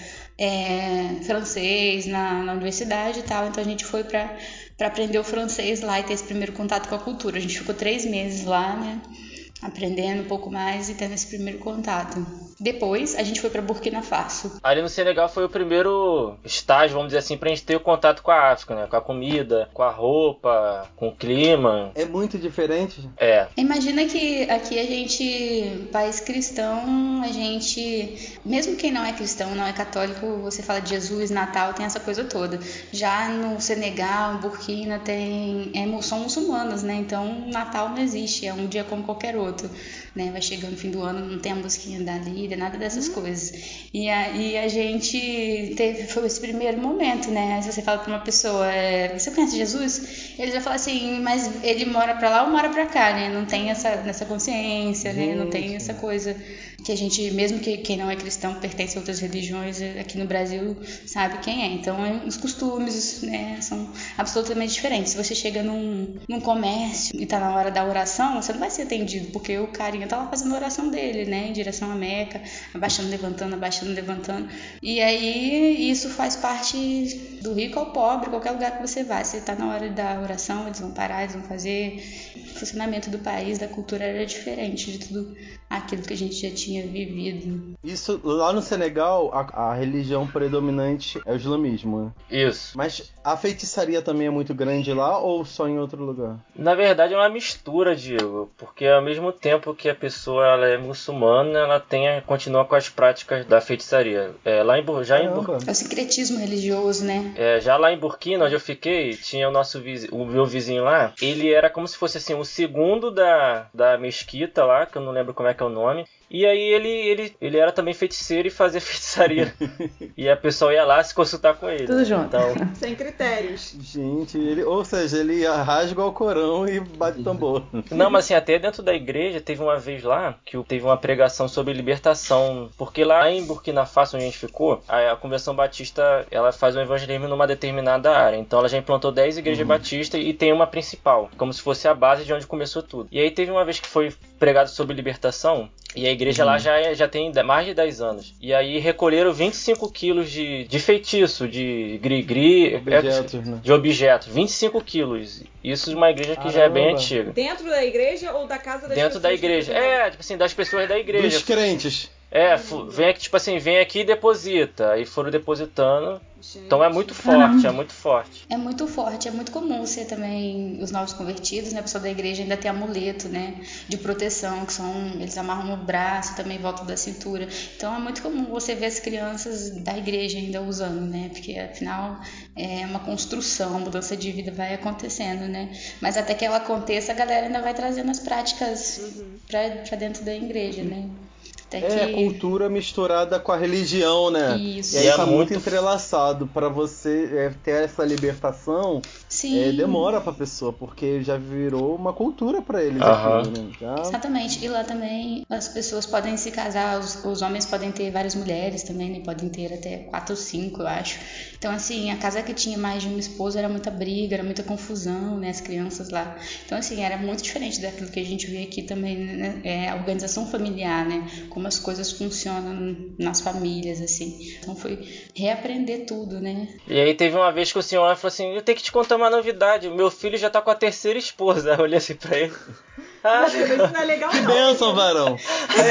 é, francês na, na universidade e tal, então a gente foi pra, pra aprender o francês lá e ter esse primeiro contato com a cultura. A gente ficou três meses lá, né? Aprendendo um pouco mais e tendo esse primeiro contato. Depois, a gente foi para Burkina Faso. Ali no Senegal foi o primeiro estágio, vamos dizer assim, pra gente ter o contato com a África, né? Com a comida, com a roupa, com o clima. É muito diferente? É. Imagina que aqui a gente, país cristão, a gente, mesmo quem não é cristão, não é católico, você fala de Jesus, Natal, tem essa coisa toda. Já no Senegal, Burkina, tem, é, são muçulmanos, né? Então, Natal não existe, é um dia como qualquer outro, né? Vai chegando o fim do ano, não tem a musiquinha da Lídia, nada dessas hum. coisas. E aí a, a gente teve, foi esse primeiro momento, né? Aí você fala pra uma pessoa, é, você conhece Jesus? Ele já fala assim, mas ele mora pra lá ou mora pra cá, né? Não tem essa, essa consciência, gente. Né? Não tem essa coisa que a gente, mesmo que quem não é cristão, pertence a outras religiões, aqui no Brasil sabe quem é. Então, os costumes, né, são absolutamente diferentes. Se você chega num, num comércio e tá na hora da oração, você não vai ser atendido, porque o carinha tá lá fazendo a oração dele, né, em direção à Meca, abaixando, levantando, abaixando, levantando. E aí, isso faz parte do rico ao pobre, qualquer lugar que você vai. Se tá na hora da oração, eles vão parar, eles vão fazer. O funcionamento do país, da cultura era diferente de tudo aquilo que a gente já tinha vivido. Isso, lá no Senegal, a, a religião predominante é o islamismo, né? Isso. Mas a feitiçaria também é muito grande lá ou só em outro lugar? Na verdade é uma mistura, Diego, porque ao mesmo tempo que a pessoa ela é muçulmana, ela tem, continua com as práticas da feitiçaria. É, lá em, já em Burkina, é o sincretismo religioso, né? É, já lá em Burkina, onde eu fiquei, tinha o nosso vizinho, o meu vizinho lá, ele era como se fosse assim, o segundo da, da mesquita lá, que eu não lembro como é que é o nome. E aí ele, ele, ele era também feiticeiro e fazia feitiçaria. E a pessoa ia lá se consultar com ele. Tudo junto. Então... Sem critérios. Gente, ele, ou seja, ele rasga o Corão e bate tambor. Não, mas assim, até dentro da igreja teve uma vez lá que teve uma pregação sobre libertação. Porque lá em Burkina Faso, onde a gente ficou, a, a Convenção Batista ela faz um evangelismo numa determinada área. Então ela já implantou dez igrejas uhum. batistas e tem uma principal, como se fosse a base de onde começou tudo. E aí teve uma vez que foi pregado sobre libertação. E a igreja uhum. lá já, é, já tem mais de dez anos. E aí recolheram vinte e cinco quilos de, de feitiço, de gri-gri, objetos, é, né? de objetos. vinte e cinco quilos. Isso de uma igreja que Caramba. já é bem antiga. Dentro da igreja ou da casa das Dentro pessoas? Dentro da igreja. É, tipo assim, das pessoas da igreja. Dos crentes. É, vem aqui, tipo assim, vem aqui e deposita. Aí foram depositando. Gente. Então é muito forte, Caramba. é muito forte. É muito forte, é muito comum ser também os novos convertidos, né? A pessoa da igreja ainda tem amuleto, né? De proteção, que são, eles amarram no braço, também em volta da cintura. Então é muito comum você ver as crianças da igreja ainda usando, né? Porque afinal é uma construção, a mudança de vida vai acontecendo, né? Mas até que ela aconteça, a galera ainda vai trazendo as práticas uhum. pra, pra dentro da igreja, né? Até é, que... cultura misturada com a religião, né? Isso. E aí tá muito entrelaçado. Pra você é, ter essa libertação, é, demora pra pessoa, porque já virou uma cultura pra eles uhum. aquilo, né? Já... Exatamente. E lá também as pessoas podem se casar, os, os homens podem ter várias mulheres também, né? Podem ter até quatro ou cinco, eu acho. Então, assim, a casa que tinha mais de uma esposa era muita briga, era muita confusão, né? As crianças lá. Então, assim, era muito diferente daquilo que a gente vê aqui também, né? É, a organização familiar, né? Como as coisas funcionam nas famílias, assim. Então foi reaprender tudo, né? E aí teve uma vez que o senhor falou assim, eu tenho que te contar uma novidade, meu filho já tá com a terceira esposa. Eu olhei assim pra ele. Ah, isso não é legal, que não. bênção, varão! Aí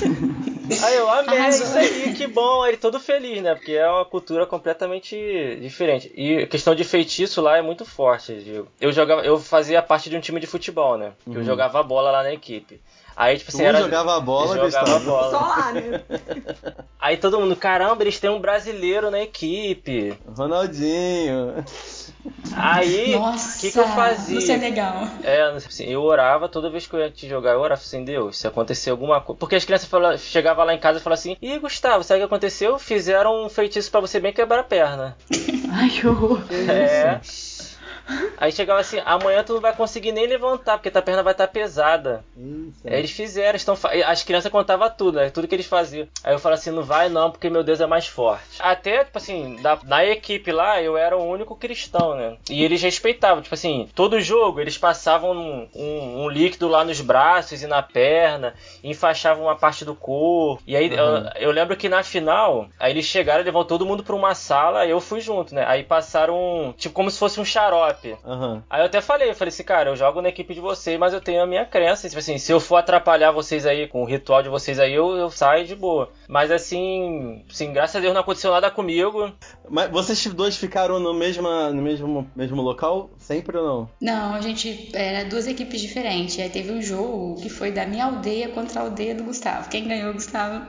eu, aí eu amei, Arrasou. Isso aí, que bom. Ele todo feliz, né? Porque é uma cultura completamente diferente. E a questão de feitiço lá é muito forte, Diego. Eu, jogava, eu fazia parte de um time de futebol, né? Que uhum. eu jogava bola lá na equipe. Aí, tipo assim, tu era... jogava a bola, eu jogava a bola. Só lá, né? Aí todo mundo, caramba, eles têm um brasileiro na equipe. Ronaldinho. Aí, o Nossa, que, que eu fazia? no Senegal. É, assim, eu orava toda vez que eu ia te jogar, eu orava assim, Deus, se acontecer alguma coisa. Porque as crianças falavam, chegavam lá em casa e falavam assim, ih, Gustavo, sabe o que aconteceu? Fizeram um feitiço pra você bem quebrar a perna. Ai, que horror. É. Aí chegava assim, amanhã tu não vai conseguir nem levantar, porque tua perna vai estar pesada. Eita. Aí eles fizeram, estão fa... as crianças contavam tudo, né? Tudo que eles faziam. Aí eu falava assim, não vai não, porque meu Deus é mais forte. Até, tipo assim, da... na equipe lá, eu era o único cristão, né? E eles respeitavam, tipo assim, todo jogo eles passavam um, um, um líquido lá nos braços e na perna, enfaixavam uma parte do corpo. E aí, uhum. eu, eu lembro que na final, aí eles chegaram, levaram todo mundo pra uma sala, eu fui junto, né? Aí passaram, tipo, como se fosse um xarope. Uhum. Aí eu até falei, eu falei assim, cara, eu jogo na equipe de vocês, mas eu tenho a minha crença, tipo assim, se eu for atrapalhar vocês aí, com o ritual de vocês aí, eu, eu saio de boa. Mas assim, assim, graças a Deus não aconteceu nada comigo. Mas vocês dois ficaram no mesmo, no mesmo, mesmo local, sempre ou não? Não, a gente era duas equipes diferentes, aí teve um jogo que foi da minha aldeia contra a aldeia do Gustavo. Quem ganhou, Gustavo?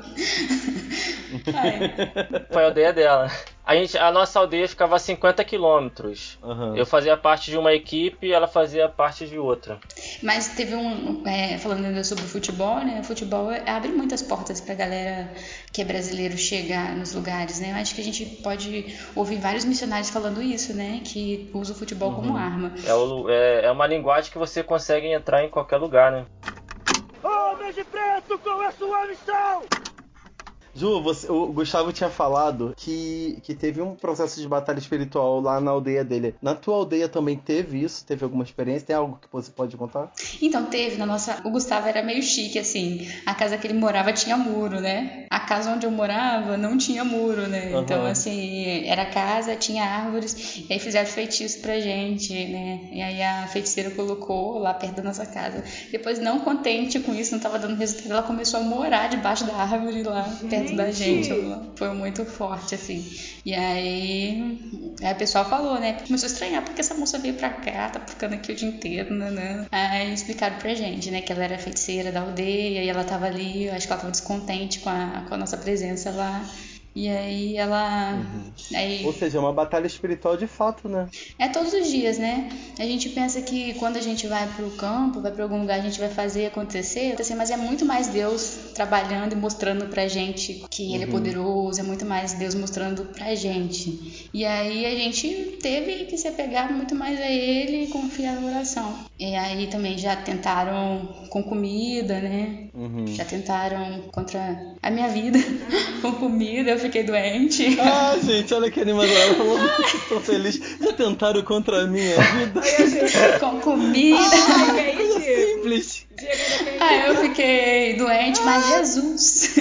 Foi a aldeia dela. A, gente, a nossa aldeia ficava a cinquenta quilômetros. Uhum. Eu fazia parte de uma equipe e ela fazia parte de outra. Mas teve um... É, falando ainda sobre o futebol, né? O futebol abre muitas portas pra galera que é brasileiro chegar nos lugares, né? Eu acho que a gente pode ouvir vários missionários falando isso, né? Que usa o futebol uhum. como arma. É, o, é, é uma linguagem que você consegue entrar em qualquer lugar, né? Homens de preto, qual é a sua missão? Ju, você, o Gustavo tinha falado que, que teve um processo de batalha espiritual lá na aldeia dele. Na tua aldeia também teve isso? Teve alguma experiência? Tem algo que você pode contar? Então, teve. Na nossa... O Gustavo era meio chique, assim. A casa que ele morava tinha muro, né? A casa onde eu morava não tinha muro, né? Uhum. Então, assim, era casa, tinha árvores. E aí fizeram feitiço pra gente, né? E aí a feiticeira colocou lá perto da nossa casa. Depois, não contente com isso, não tava dando resultado, ela começou a morar debaixo da árvore lá, perto da gente. Foi muito forte, assim. E aí, aí o pessoal falou, né? Começou a estranhar porque essa moça veio pra cá, tá ficando aqui o dia inteiro, né? né? Aí explicaram pra gente, né? Que ela era feiticeira da aldeia e ela tava ali, eu acho que ela tava descontente com a, com a nossa presença lá. E aí ela... Uhum. Aí... Ou seja, é uma batalha espiritual de fato, né? É todos os dias, né? A gente pensa que quando a gente vai pro campo, vai pra algum lugar, a gente vai fazer acontecer, assim, mas é muito mais Deus trabalhando e mostrando pra gente que Ele uhum. é poderoso, é muito mais Deus mostrando pra gente. E aí a gente teve que se apegar muito mais a Ele e confiar na oração. E aí também já tentaram com comida, né? Uhum. Já tentaram contra a minha vida com comida, eu fiquei doente. Ah, gente, olha que animador. Ela falou, tô feliz. Já tentaram contra a minha vida. Com comida. Ai, coisa simples. Ah, eu fiquei doente, mas Jesus.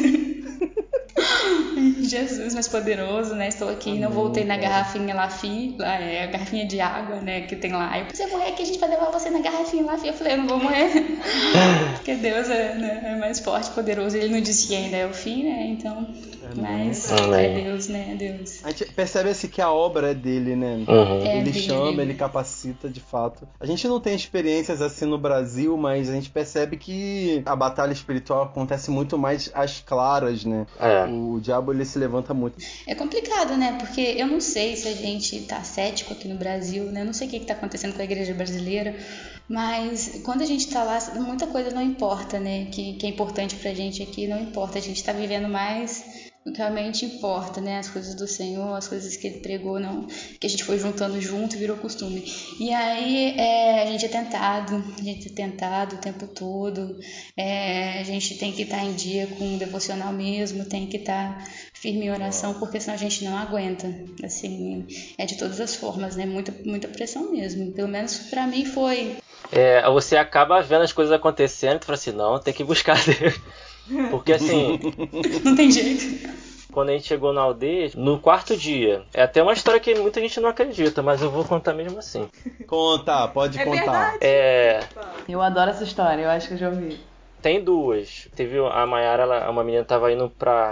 Jesus mais poderoso, né? Estou aqui, Amém, não voltei na cara. garrafinha Lafi, lá é a garrafinha de água, né? Que tem lá. Aí você morrer aqui, a gente vai levar você na garrafinha Lafi. Eu falei, eu não vou morrer. Porque Deus é, né, é mais forte, poderoso. Ele não disse que ainda é o fim, né? Então, Amém. mas Amém. é Deus, né? É Deus. A gente percebe assim que a obra é dele, né? Uhum. É ele dele. chama, ele capacita de fato. A gente não tem experiências assim no Brasil, mas a gente percebe que a batalha espiritual acontece muito mais às claras, né? É. O diabo, ele se levanta muito. É complicado, né? Porque eu não sei se a gente tá cético aqui no Brasil, né? Eu não sei o que que tá acontecendo com a igreja brasileira, mas quando a gente tá lá, muita coisa não importa, né? Que, que é importante pra gente aqui, não importa. A gente tá vivendo mais o que realmente importa, né? As coisas do Senhor, as coisas que Ele pregou, não, que a gente foi juntando junto e virou costume. E aí é, a gente é tentado, a gente é tentado o tempo todo, é, a gente tem que estar em dia com o devocional mesmo, tem que estar firme em oração, porque senão a gente não aguenta. Assim, é de todas as formas, né? Muita, muita pressão mesmo. Pelo menos pra mim foi. É, você acaba vendo as coisas acontecendo e tu fala assim, não, tem que buscar Deus. Porque assim... Não tem jeito. Quando a gente chegou na aldeia, no quarto dia, é até uma história que muita gente não acredita, mas eu vou contar mesmo assim. Conta, pode é contar. Verdade? É... Eu adoro essa história, eu acho que eu já ouvi. Tem duas. Teve a Mayara, ela, uma menina tava indo pra...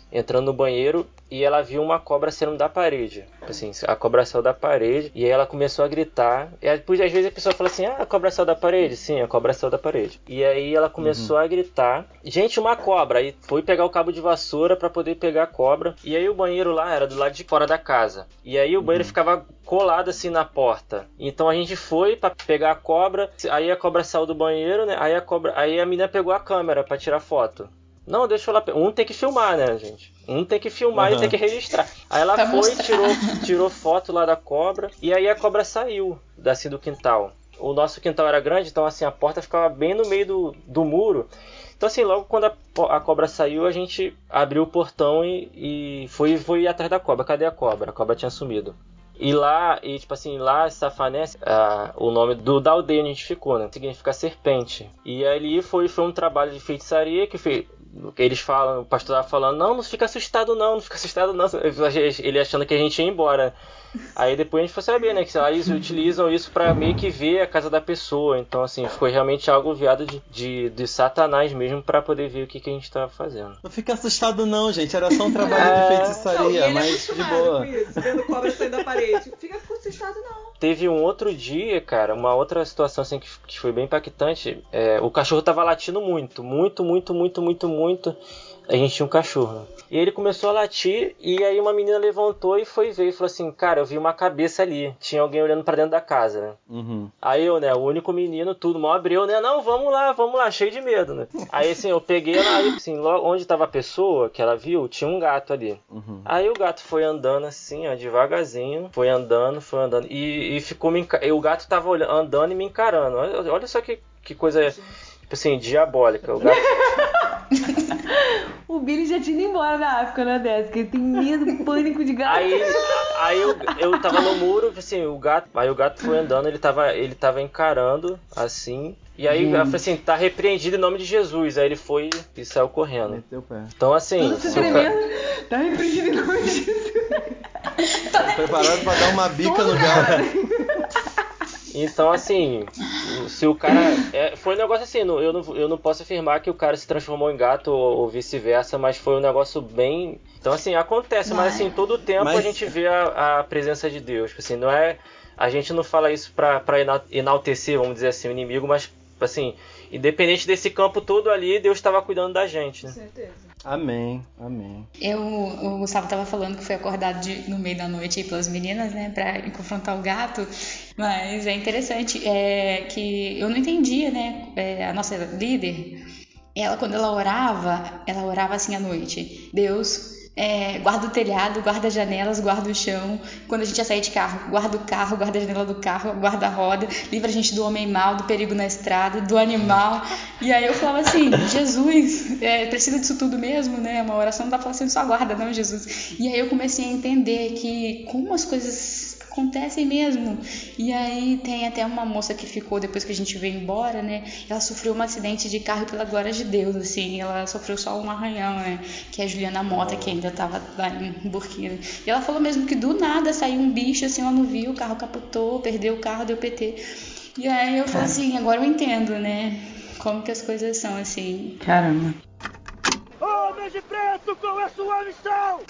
entrando no banheiro e ela viu uma cobra saindo da parede. Assim, a cobra saiu da parede e aí ela começou a gritar. E depois, às vezes a pessoa fala assim, ah, a cobra saiu da parede? Sim, a cobra saiu da parede. E aí ela começou uhum. a gritar, gente, uma cobra. Aí foi pegar o cabo de vassoura pra poder pegar a cobra. E aí o banheiro lá era do lado de fora da casa. E aí o banheiro uhum. ficava colado assim na porta. Então a gente foi pra pegar a cobra. Aí a cobra saiu do banheiro, né? Aí a, cobra... aí a menina pegou a câmera pra tirar foto. Não, deixa ela... Um tem que filmar, né, gente? Um tem que filmar uhum. e tem que registrar. Aí ela pra foi, tirou, tirou foto lá da cobra. E aí a cobra saiu, assim, do quintal. O nosso quintal era grande, então assim, a porta ficava bem no meio do, do muro. Então assim, logo quando a, a cobra saiu, a gente abriu o portão e, e foi, foi atrás da cobra. Cadê a cobra? A cobra tinha sumido. E lá, e tipo assim, lá, Safané, ah, o nome do, da aldeia onde a gente ficou, né? Significa serpente. E ali foi, foi um trabalho de feitiçaria que fez... Eles falam, o pastor tava falando, não, não fica assustado não, não fica assustado não. Ele achando que a gente ia embora. Aí depois a gente foi saber, né, que eles utilizam isso pra meio que ver a casa da pessoa. Então, assim, foi realmente algo enviado de, de, de Satanás mesmo pra poder ver o que, que a gente tava fazendo. Não fica assustado não, gente, era só um trabalho é... de feitiçaria, não, mas de boa. Com isso, vendo cobra sair da parede. Fica assustado não. Teve um outro dia, cara, uma outra situação assim que, que foi bem impactante. É, o cachorro tava latindo muito, muito, muito, muito, muito, muito. A gente tinha um cachorro. E ele começou a latir e aí uma menina levantou e foi ver e falou assim, cara, eu vi uma cabeça ali. Tinha alguém olhando pra dentro da casa, né? Uhum. Aí eu, né, o único menino, tudo mal abriu, né? Não, vamos lá, vamos lá, cheio de medo, né? Aí assim, eu peguei ela, aí assim, onde tava a pessoa que ela viu, tinha um gato ali. Uhum. Aí o gato foi andando assim, ó, devagarzinho, foi andando, foi andando. E, e ficou me enca... e o gato tava olhando, andando e me encarando. Olha, olha só que, que coisa, tipo assim, diabólica. O gato... O Billy já tinha ido embora da África, né, dessa? Que ele tem medo, pânico de gato. Aí, aí eu, eu tava no muro, assim, o gato. Aí o gato foi andando, ele tava, ele tava encarando, assim. E aí eu falei assim, tá repreendido em nome de Jesus. Aí ele foi e saiu correndo. Meteu o pé. Então assim. Tudo se tremendo. Tá repreendido em nome de Jesus. Tá preparado pra dar uma bica no gato. Então, assim, se o cara... É, foi um negócio assim, eu não, eu não posso afirmar que o cara se transformou em gato ou, ou vice-versa, mas foi um negócio bem... Então, assim, acontece, mas, assim, todo o tempo mas... a gente vê a, a presença de Deus. Assim, não é... A gente não fala isso pra, pra enaltecer, vamos dizer assim, o inimigo, mas, assim, independente desse campo todo ali, Deus estava cuidando da gente, né? Com certeza. Amém, amém. Eu, o Gustavo estava falando que foi acordado de, no meio da noite aí pelas meninas, né, pra confrontar o gato, mas é interessante é, que eu não entendia, né, é, a nossa líder, ela quando ela orava, ela orava assim à noite, Deus... É, guarda o telhado, guarda as janelas, guarda o chão. Quando a gente ia sair de carro, guarda o carro, guarda a janela do carro, guarda a roda, livra a gente do homem mau, do perigo na estrada, do animal. E aí eu falava assim, Jesus, é, precisa disso tudo mesmo, né? Uma oração não dá pra falar assim, só guarda, não, Jesus. E aí eu comecei a entender que como as coisas acontecem mesmo. E aí tem até uma moça que ficou depois que a gente veio embora, né? Ela sofreu um acidente de carro pela glória de Deus, assim. Ela sofreu só um arranhão, né? Que é a Juliana Mota, que ainda tava lá em Burkina. E ela falou mesmo que do nada saiu um bicho, assim, ela não viu, o carro capotou, perdeu o carro, deu P T. E aí eu falei assim, agora eu entendo, né? Como que as coisas são, assim. Caramba. Homens de preto, qual é a sua missão?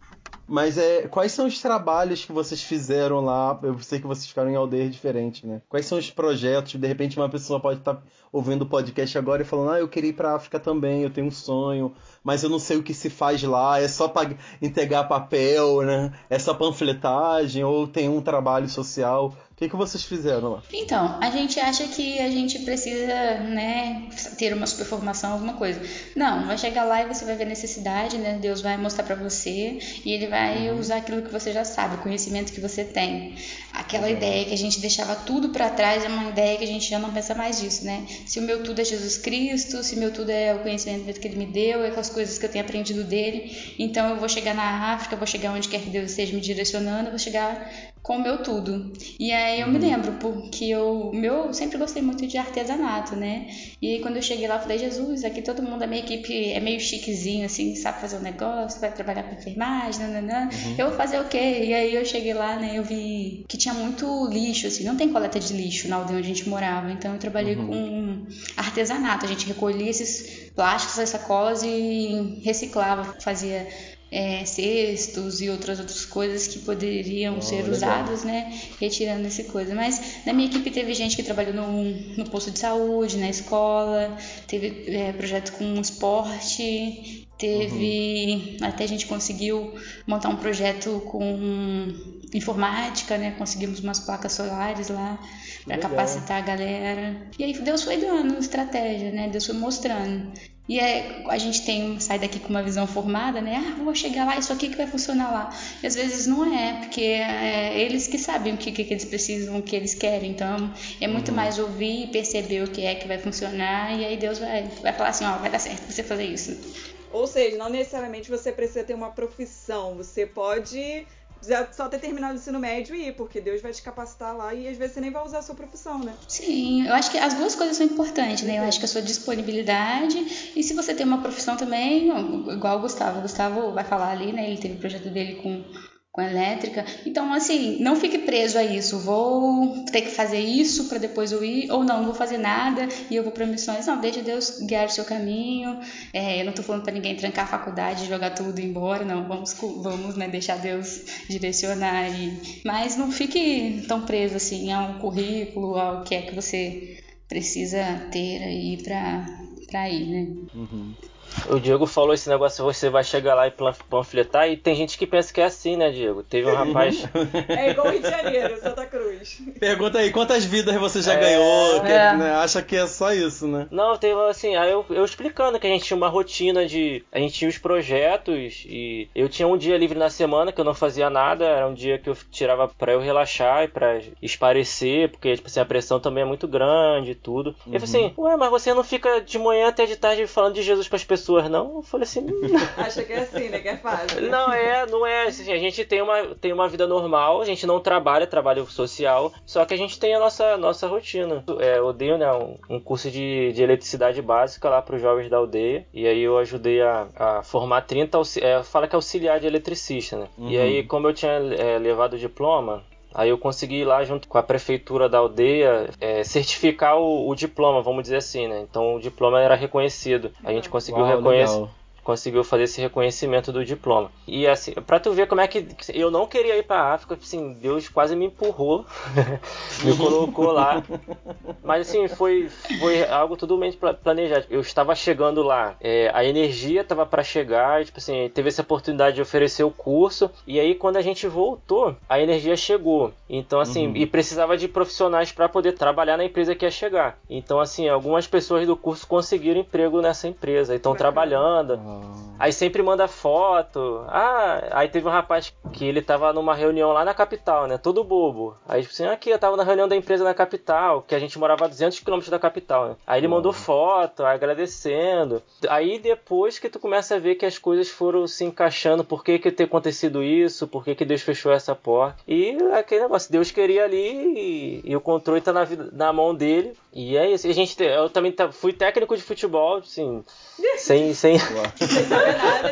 Mas é, quais são os trabalhos que vocês fizeram lá? Eu sei que vocês ficaram em aldeias diferentes, né? Quais são os projetos? De repente uma pessoa pode estar ouvindo o podcast agora e falando, ah, eu queria ir pra África também, eu tenho um sonho, mas eu não sei o que se faz lá, é só pra entregar papel, né? É só panfletagem, ou tem um trabalho social. O que, que vocês fizeram lá? Então, a gente acha que a gente precisa, né, ter uma super formação, alguma coisa. Não, vai chegar lá e você vai ver necessidade, né? Deus vai mostrar pra você e Ele vai uhum. usar aquilo que você já sabe, o conhecimento que você tem. Aquela uhum. ideia que a gente deixava tudo pra trás é uma ideia que a gente já não pensa mais disso, né? Se o meu tudo é Jesus Cristo, se o meu tudo é o conhecimento que Ele me deu, é com as coisas que eu tenho aprendido dele, então eu vou chegar na África, vou chegar onde quer que Deus esteja me direcionando, eu vou chegar com o meu tudo. E aí aí eu me lembro, porque eu, meu, eu sempre gostei muito de artesanato, né? E aí quando eu cheguei lá, eu falei, Jesus, aqui todo mundo da minha equipe é meio chiquezinho, assim, sabe fazer um negócio, vai trabalhar com enfermagem, nananã. Uhum. Eu vou fazer o quê? E aí eu cheguei lá, né, eu vi que tinha muito lixo, assim, não tem coleta de lixo na aldeia onde a gente morava, então eu trabalhei uhum. com artesanato, a gente recolhia esses plásticos, as sacolas e reciclava, fazia é, cestos e outras outras coisas que poderiam oh, ser legal. usados, né, retirando essa coisa. Mas na minha equipe teve gente que trabalhou no, no posto de saúde, na escola, teve é, projeto com esporte, teve uhum. até a gente conseguiu montar um projeto com informática, né, conseguimos umas placas solares lá para capacitar a galera. E aí Deus foi dando estratégia, né, Deus foi mostrando. E é, a gente tem, sai daqui com uma visão formada, né? Ah, vou chegar lá, isso aqui que vai funcionar lá. E às vezes não é, porque é eles que sabem o que, que eles precisam, o que eles querem. Então é muito uhum. mais ouvir e perceber o que é que vai funcionar. E aí Deus vai, vai falar assim, ó, vai dar certo você fazer isso. Ou seja, não necessariamente você precisa ter uma profissão. Você pode só ter terminado o ensino médio e ir, porque Deus vai te capacitar lá e às vezes você nem vai usar a sua profissão, né? Sim, eu acho que as duas coisas são importantes, né? Eu acho que a sua disponibilidade e se você tem uma profissão também, igual o Gustavo. O Gustavo vai falar ali, né? Ele teve o projeto dele com, com elétrica. Então, assim, não fique preso a isso. Vou ter que fazer isso para depois eu ir, ou não, não vou fazer nada e eu vou para missões. Não, deixa Deus guiar o seu caminho. É, eu não tô falando para ninguém trancar a faculdade, jogar tudo e ir embora, não. Vamos, vamos né, deixar Deus direcionar. E... Mas não fique tão preso assim a um currículo, ao que é que você precisa ter aí para para ir, né? Uhum. O Diego falou esse negócio, você vai chegar lá e panfletar, e tem gente que pensa que é assim, né, Diego? Teve um rapaz... É igual Rio de Janeiro, Santa Cruz. Pergunta aí, quantas vidas você já é... ganhou? Que, é. Né, acha que é só isso, né? Não, teve assim, aí eu, eu explicando que a gente tinha uma rotina de... A gente tinha os projetos, e eu tinha um dia livre na semana que eu não fazia nada, era um dia que eu tirava pra eu relaxar e pra esparecer, porque tipo assim, a pressão também é muito grande e tudo. Uhum. Eu falei assim, ué, mas você não fica de manhã até de tarde falando de Jesus pras pessoas? Não, eu falei assim. Acha que é assim, né? Que é fácil. Não é, não é. Assim, a gente tem uma, tem uma vida normal, a gente não trabalha, trabalho social, só que a gente tem a nossa, nossa rotina. É, eu dei né, um, um curso de, de eletricidade básica lá para os jovens da aldeia, e aí eu ajudei a, a formar trinta, é, fala que é auxiliar de eletricista, né? Uhum. E aí, como eu tinha é, levado o diploma, aí eu consegui ir lá junto com a prefeitura da aldeia é, certificar o, o diploma, vamos dizer assim, né? Então o diploma era reconhecido. A gente conseguiu reconhecer. Conseguiu fazer esse reconhecimento do diploma. E assim, pra tu ver como é que eu não queria ir pra África, assim, Deus quase me empurrou, me colocou lá. Mas assim, foi, foi algo totalmente planejado. Eu estava chegando lá, é, a energia estava para chegar, tipo assim, teve essa oportunidade de oferecer o curso, e aí quando a gente voltou, a energia chegou. Então assim, uhum. e precisava de profissionais para poder trabalhar na empresa que ia chegar. Então assim, algumas pessoas do curso conseguiram emprego nessa empresa, e estão trabalhando. Uhum. Aí sempre manda foto. Ah, aí teve um rapaz que ele tava numa reunião lá na capital, né? Todo bobo. Aí tipo assim, aqui eu tava na reunião da empresa na capital, que a gente morava a duzentos quilômetros da capital, né? Aí ele uhum. mandou foto, agradecendo. Aí depois que tu começa a ver que as coisas foram se encaixando, por que que ter acontecido isso, por que que Deus fechou essa porta. E aquele negócio, Deus queria ali e, e o controle tá na, vida, na mão dele. E é isso. E a gente, eu também tá, fui técnico de futebol, assim, sem... sem... Sem saber nada de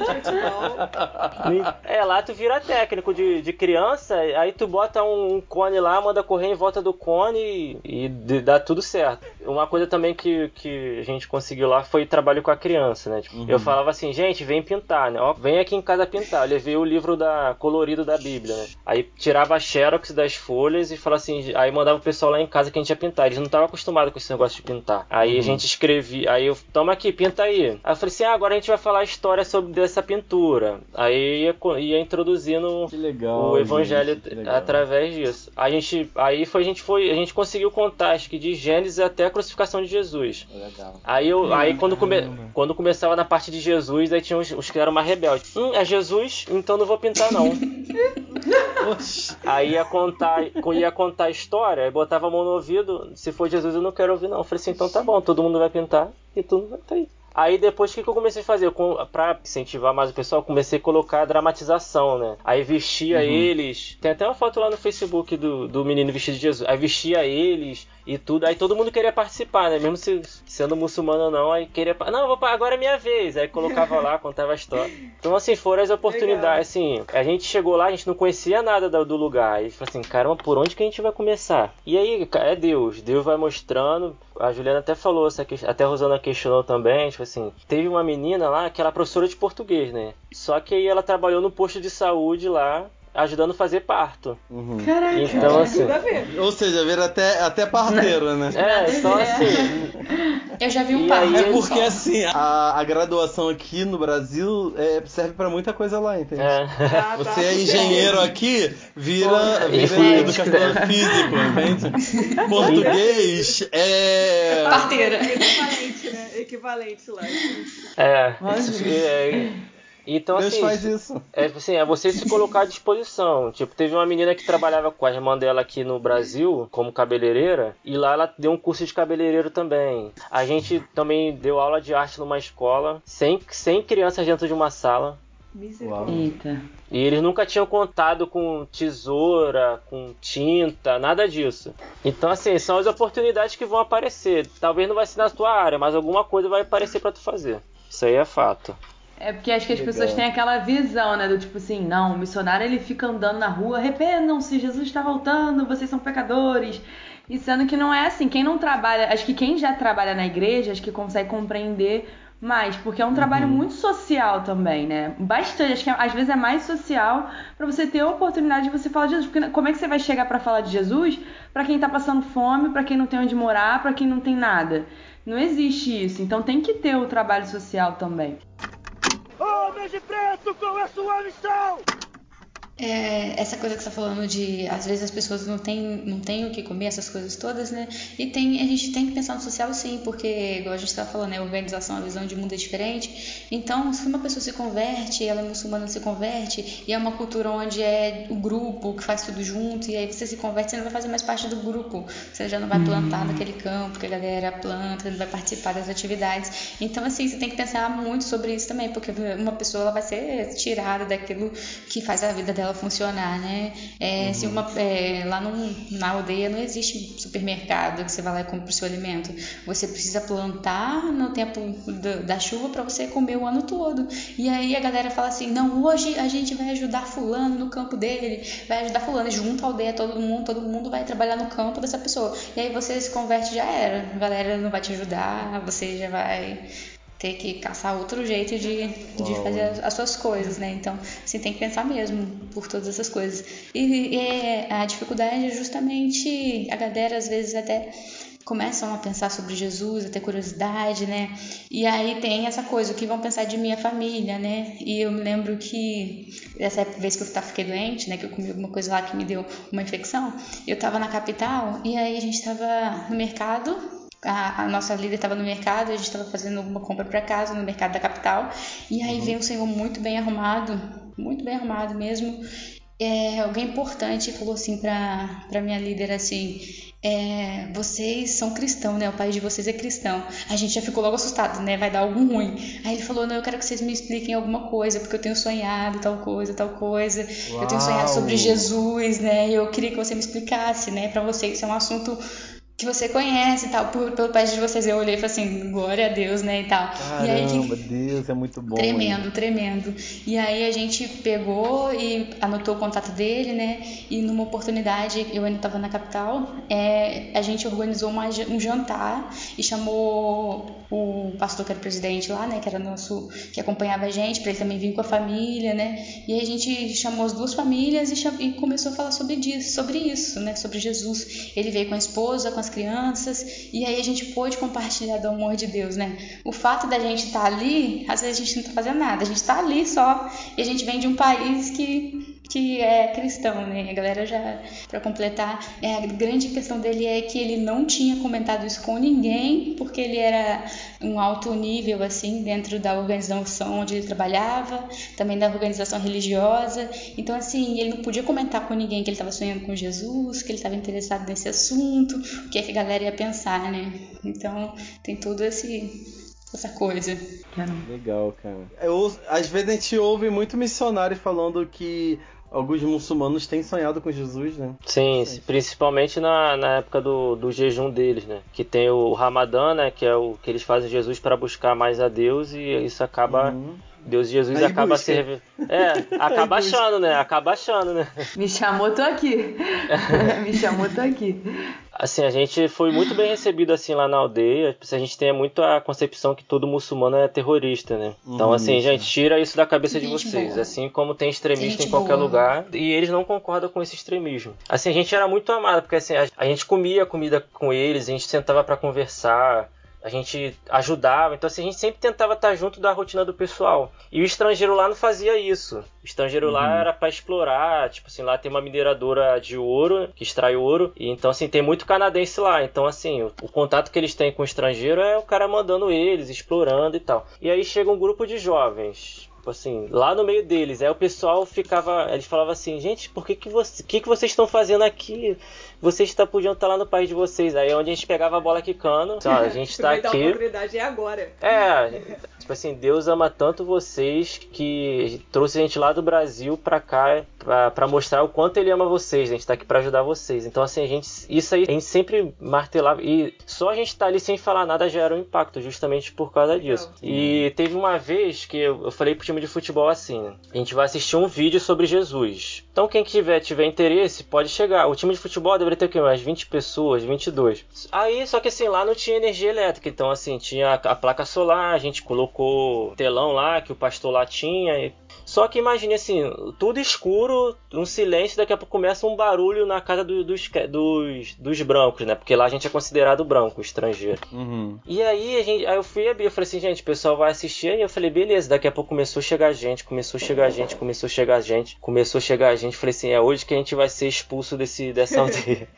futebol. É, lá tu vira técnico de, de criança, aí tu bota um, um cone lá, manda correr em volta do cone e, e dá tudo certo. Uma coisa também que, que a gente conseguiu lá foi trabalho com a criança, né? Tipo, uhum. Eu falava assim, gente, vem pintar, né? Ó, vem aqui em casa pintar. Eu levei o livro da, colorido da Bíblia, né? Aí tirava a xerox das folhas e falava assim, aí mandava o pessoal lá em casa que a gente ia pintar. Eles não estavam acostumados com esse negócio de pintar. Aí uhum. a gente escrevia, aí eu, toma aqui, pinta aí. Aí eu falei assim, ah, agora a gente vai falar a história sobre dessa pintura. Aí ia, ia introduzindo legal, o evangelho gente, através disso. A gente, aí foi, a gente foi, a gente conseguiu contar, acho que de Gênesis até a crucificação de Jesus. Legal. Aí eu, aí quando, come, quando começava na parte de Jesus, aí tinha os, os que eram mais rebeldes. Hum, é Jesus? Então não vou pintar não. Aí ia contar, ia contar a história, aí botava a mão no ouvido, se for Jesus eu não quero ouvir não. Eu falei assim, então tá bom, todo mundo vai pintar e tu não vai estar aí. Aí depois, o que, que eu comecei a fazer? Eu, pra incentivar mais o pessoal, eu comecei a colocar dramatização, né? Aí vestia uhum. eles... Tem até uma foto lá no Facebook do, do menino vestido de Jesus. Aí vestia eles e tudo. Aí todo mundo queria participar, né? Mesmo se, sendo muçulmano ou não, aí queria... Não, vou, agora é minha vez. Aí colocava lá, contava a história. Então, assim, foram as oportunidades. Assim, a gente chegou lá, a gente não conhecia nada do, do lugar. Aí falou assim, caramba, por onde que a gente vai começar? E aí, é Deus. Deus vai mostrando. A Juliana até falou, até a Rosana questionou também, tipo assim, teve uma menina lá que era professora de português, né? Só que aí ela trabalhou no posto de saúde lá, ajudando a fazer parto. Uhum. Caraca, então, assim, ou seja, vira até, até parteiro, né? É, então assim... Eu já vi um parto. É porque assim, a, a graduação aqui no Brasil é, serve pra muita coisa lá, entende? É. Ah, tá. Você é engenheiro aqui, vira, vira educador físico, entende? Português é... Parteira. Equivalente, né? Equivalente lá. É, é, então Deus assim, faz isso. É, assim, é você se colocar à disposição. Tipo, teve uma menina que trabalhava com a irmã dela aqui no Brasil, como cabeleireira, e lá ela deu um curso de cabeleireiro também. A gente também deu aula de arte numa escola, sem, sem crianças dentro de uma sala. Eita. E eles nunca tinham contado com tesoura, com tinta, nada disso. Então, assim, são as oportunidades que vão aparecer. Talvez não vai ser na tua área, mas alguma coisa vai aparecer pra tu fazer. Isso aí é fato. É porque acho que as Legal. pessoas têm aquela visão, né? Do tipo assim, não, o missionário ele fica andando na rua, arrependam-se, Jesus está voltando, vocês são pecadores. E sendo que não é assim, quem não trabalha, acho que quem já trabalha na igreja, acho que consegue compreender mais, porque é um trabalho Uhum. muito social também, né? Bastante, acho que às vezes é mais social pra você ter a oportunidade de você falar de Jesus. Porque como é que você vai chegar pra falar de Jesus pra quem tá passando fome, pra quem não tem onde morar, pra quem não tem nada? Não existe isso, então tem que ter o trabalho social também. Homens de preto, qual é a sua missão? É, essa coisa que você tá falando de às vezes as pessoas não têm não têm o que comer, essas coisas todas, né? E tem, a gente tem que pensar no social sim, porque igual a gente tá falando, né, a organização, a visão de mundo é diferente. Então, se uma pessoa se converte, ela é muçulmana, se converte, e é uma cultura onde é o grupo que faz tudo junto, e aí você se converte, você não vai fazer mais parte do grupo. Você já não vai plantar naquele campo que a galera planta, não vai participar das atividades. Então, assim, você tem que pensar muito sobre isso também, porque uma pessoa ela vai ser tirada daquilo que faz a vida dela funcionar, né? É, uhum. se uma, é, lá num, na aldeia não existe supermercado que você vai lá e compra o seu alimento. Você precisa plantar no tempo do, da chuva para você comer o ano todo. E aí a galera fala assim, não, hoje a gente vai ajudar fulano no campo dele, vai ajudar fulano, junto à aldeia, todo mundo, todo mundo vai trabalhar no campo dessa pessoa. E aí você se converte, já era. A galera não vai te ajudar, você já vai ter que caçar outro jeito de, de fazer as, as suas coisas, né? Então, você tem que pensar mesmo por todas essas coisas. E, e a dificuldade é justamente a galera, às vezes, até começam a pensar sobre Jesus, a ter curiosidade, né? E aí tem essa coisa, o que vão pensar de minha família, né? E eu me lembro que essa vez que eu fiquei doente, né? Que eu comi alguma coisa lá que me deu uma infecção, eu tava na capital e aí a gente tava no mercado. A, a nossa líder estava no mercado, a gente estava fazendo alguma compra para casa no mercado da capital, e aí uhum. veio um senhor muito bem arrumado, muito bem arrumado mesmo, é, alguém importante falou assim para para minha líder assim, é, vocês são cristãos, né? O país de vocês é cristão. A gente já ficou logo assustado, né? Vai dar algo ruim. Aí ele falou, não, eu quero que vocês me expliquem alguma coisa, porque eu tenho sonhado tal coisa, tal coisa. Uau. Eu tenho sonhado sobre Jesus, né? E eu queria que você me explicasse, né? Para vocês isso é um assunto que você conhece e tal, por, pelo país de vocês. Eu olhei e falei assim, glória a Deus, né, e tal. Caramba, e aí, que... Deus, é muito bom. Tremendo, hein? tremendo. E aí a gente pegou e anotou o contato dele, né, e numa oportunidade, eu ainda estava na capital, é, a gente organizou uma, um jantar e chamou o pastor que era presidente lá, né, que era nosso, que acompanhava a gente, para ele também vir com a família, né, e aí a gente chamou as duas famílias e, cham... e começou a falar sobre isso, sobre isso, né, sobre Jesus. Ele veio com a esposa, com as crianças, e aí a gente pôde compartilhar do amor de Deus, né? O fato da gente estar ali, às vezes a gente não está fazendo nada, a gente está ali só, e a gente vem de um país que que é cristão, né? A galera já, para completar, é, a grande questão dele é que ele não tinha comentado isso com ninguém, porque ele era um alto nível, assim, dentro da organização onde ele trabalhava, também da organização religiosa. Então, assim, ele não podia comentar com ninguém que ele estava sonhando com Jesus, que ele estava interessado nesse assunto, o que é que a galera ia pensar, né? Então, tem todo esse... outra coisa. Legal, cara. Eu, às vezes a gente ouve muito missionário falando que alguns muçulmanos têm sonhado com Jesus, né? Sim, sim. Principalmente na, na época do, do jejum deles, né? Que tem o Ramadã, né? Que é o que eles fazem Jesus para buscar mais a Deus, e isso acaba... Uhum. Deus e Jesus Aí acaba busca. se revelando. É, acaba achando, né? Acaba achando, né? Me chamou, tô aqui. Me chamou, tô aqui. Assim, a gente foi muito bem recebido assim lá na aldeia. A gente tem muito a concepção que todo muçulmano é terrorista, né? Então, assim, gente, tira isso da cabeça de vocês. Boa. Assim como tem extremista gente em qualquer boa. lugar, e eles não concordam com esse extremismo. Assim, a gente era muito amado, porque assim, a, a gente comia comida com eles, a gente sentava pra conversar, a gente ajudava, então assim, a gente sempre tentava estar junto da rotina do pessoal. E o estrangeiro lá não fazia isso. O estrangeiro uhum. lá era para explorar, tipo assim, lá tem uma mineradora de ouro, que extrai ouro, e então assim, tem muito canadense lá. Então assim, o, o contato que eles têm com o estrangeiro é o cara mandando eles, explorando e tal. E aí chega um grupo de jovens, assim, lá no meio deles, aí o pessoal ficava, eles falavam assim, gente, por que que, você, que, que vocês estão fazendo aqui? Vocês tá, podiam estar lá no país de vocês. Aí é onde a gente pegava a bola quicando, assim, ó, a gente tá aqui. A oportunidade é agora. É, tipo assim, Deus ama tanto vocês que trouxe a gente lá do Brasil pra cá pra, pra mostrar o quanto ele ama vocês. A gente tá aqui pra ajudar vocês. Então assim, a gente, isso aí a gente sempre martelava, e só a gente tá ali sem falar nada já era um impacto, justamente por causa disso. Legal. E teve uma vez que eu, eu falei pro time de futebol assim, a gente vai assistir um vídeo sobre Jesus. Então quem tiver, tiver interesse pode chegar. O time de futebol deveria ter o quê? Umas vinte pessoas, vinte e dois. Aí, só que assim, lá não tinha energia elétrica. Então assim, tinha a placa solar, a gente colocou telão lá, que o pastor lá tinha. E... Só que imagine assim, tudo escuro, um silêncio, daqui a pouco começa um barulho na casa do, dos, dos, dos brancos, né? Porque lá a gente é considerado branco, estrangeiro. Uhum. E aí, a gente, aí eu fui abrir, eu falei assim, gente, o pessoal vai assistir. Aí eu falei, beleza, daqui a pouco começou a chegar gente, começou a chegar gente, começou a chegar gente, começou a chegar gente. Falei assim, é hoje que a gente vai ser expulso desse, dessa aldeia.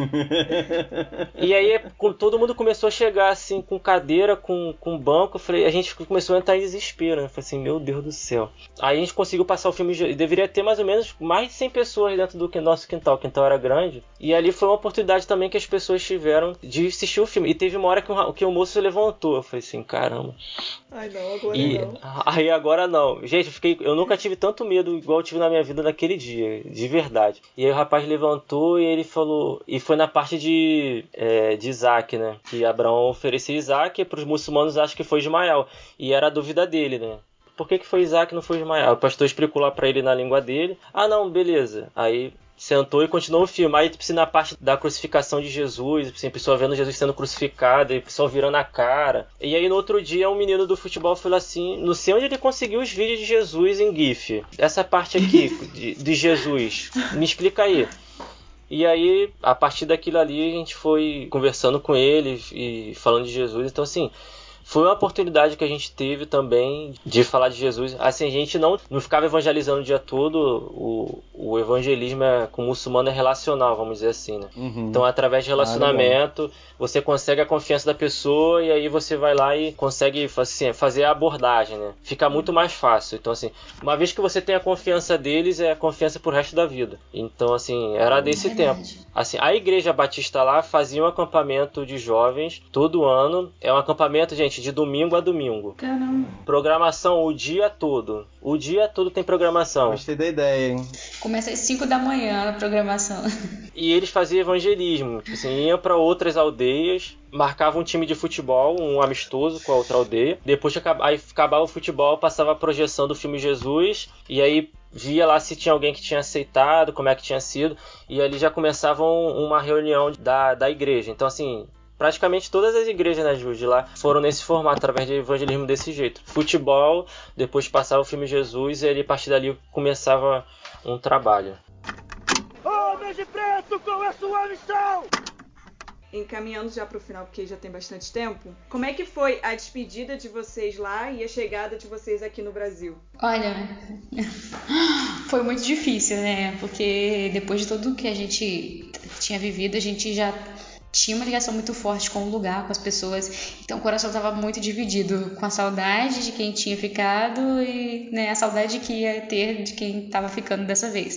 E aí, com, todo mundo começou a chegar assim, com cadeira, com, com banco. Eu falei, a gente começou a entrar em desespero, né? Eu falei assim, meu Deus do céu. Aí a gente conseguiu passar o filme, e deveria ter mais ou menos mais de cem pessoas dentro do nosso quintal, o quintal era grande, e ali foi uma oportunidade também que as pessoas tiveram de assistir o filme, e teve uma hora que o, que o moço se levantou, eu falei assim, caramba. Ai não, agora e, não. Aí agora não. Gente, eu, fiquei, eu nunca tive tanto medo igual eu tive na minha vida naquele dia, de verdade. E aí o rapaz levantou e ele falou, e foi na parte de, é, de Isaac, né, que Abraão ofereceu Isaac, e para os muçulmanos acho que foi Ismael, e era a dúvida dele, né. Por que que foi Isaac e não foi Ismael? O pastor explicou lá pra ele na língua dele. Ah, não, beleza. Aí sentou e continuou o filme. Aí, tipo, na parte da crucificação de Jesus, assim, a pessoa vendo Jesus sendo crucificado, e o pessoal virando a cara. E aí, no outro dia, um menino do futebol falou assim, não sei onde ele conseguiu os vídeos de Jesus em GIF. Essa parte aqui, de, de Jesus, me explica aí. E aí, a partir daquilo ali, a gente foi conversando com ele e falando de Jesus. Então, assim... Foi uma oportunidade que a gente teve também de falar de Jesus. Assim, a gente não, não ficava evangelizando o dia todo. O, o evangelismo é, com o muçulmano é relacional, vamos dizer assim, né? Uhum. Então, através de relacionamento, ah, você consegue a confiança da pessoa e aí você vai lá e consegue assim, fazer a abordagem, né? Fica muito mais fácil. Então, assim, uma vez que você tem a confiança deles, é a confiança pro resto da vida. Então, assim, era desse é tempo. Assim, a Igreja Batista lá fazia um acampamento de jovens todo ano. É um acampamento, gente, de domingo a domingo. Caramba. Programação o dia todo. O dia todo tem programação. Gostei da ideia, hein? Começa às cinco da manhã a programação. E eles faziam evangelismo. Tipo assim, iam para outras aldeias, marcavam um time de futebol, um amistoso com a outra aldeia. Depois que aí acabava o futebol, passava a projeção do filme Jesus. E aí via lá se tinha alguém que tinha aceitado, como é que tinha sido. E ali já começava uma reunião da, da igreja. Então, assim... Praticamente todas as igrejas, né, Ju, de lá foram nesse formato, através de evangelismo desse jeito. Futebol, depois passava o filme Jesus e ali, a partir dali começava um trabalho. Homens de preto, qual é a sua missão? Encaminhando já para o final, porque já tem bastante tempo, como é que foi a despedida de vocês lá e a chegada de vocês aqui no Brasil? Olha, foi muito difícil, né? Porque depois de tudo que a gente tinha vivido, a gente já... tinha uma ligação muito forte com o lugar, com as pessoas, então o coração estava muito dividido, com a saudade de quem tinha ficado e, né, a saudade que ia ter de quem estava ficando dessa vez.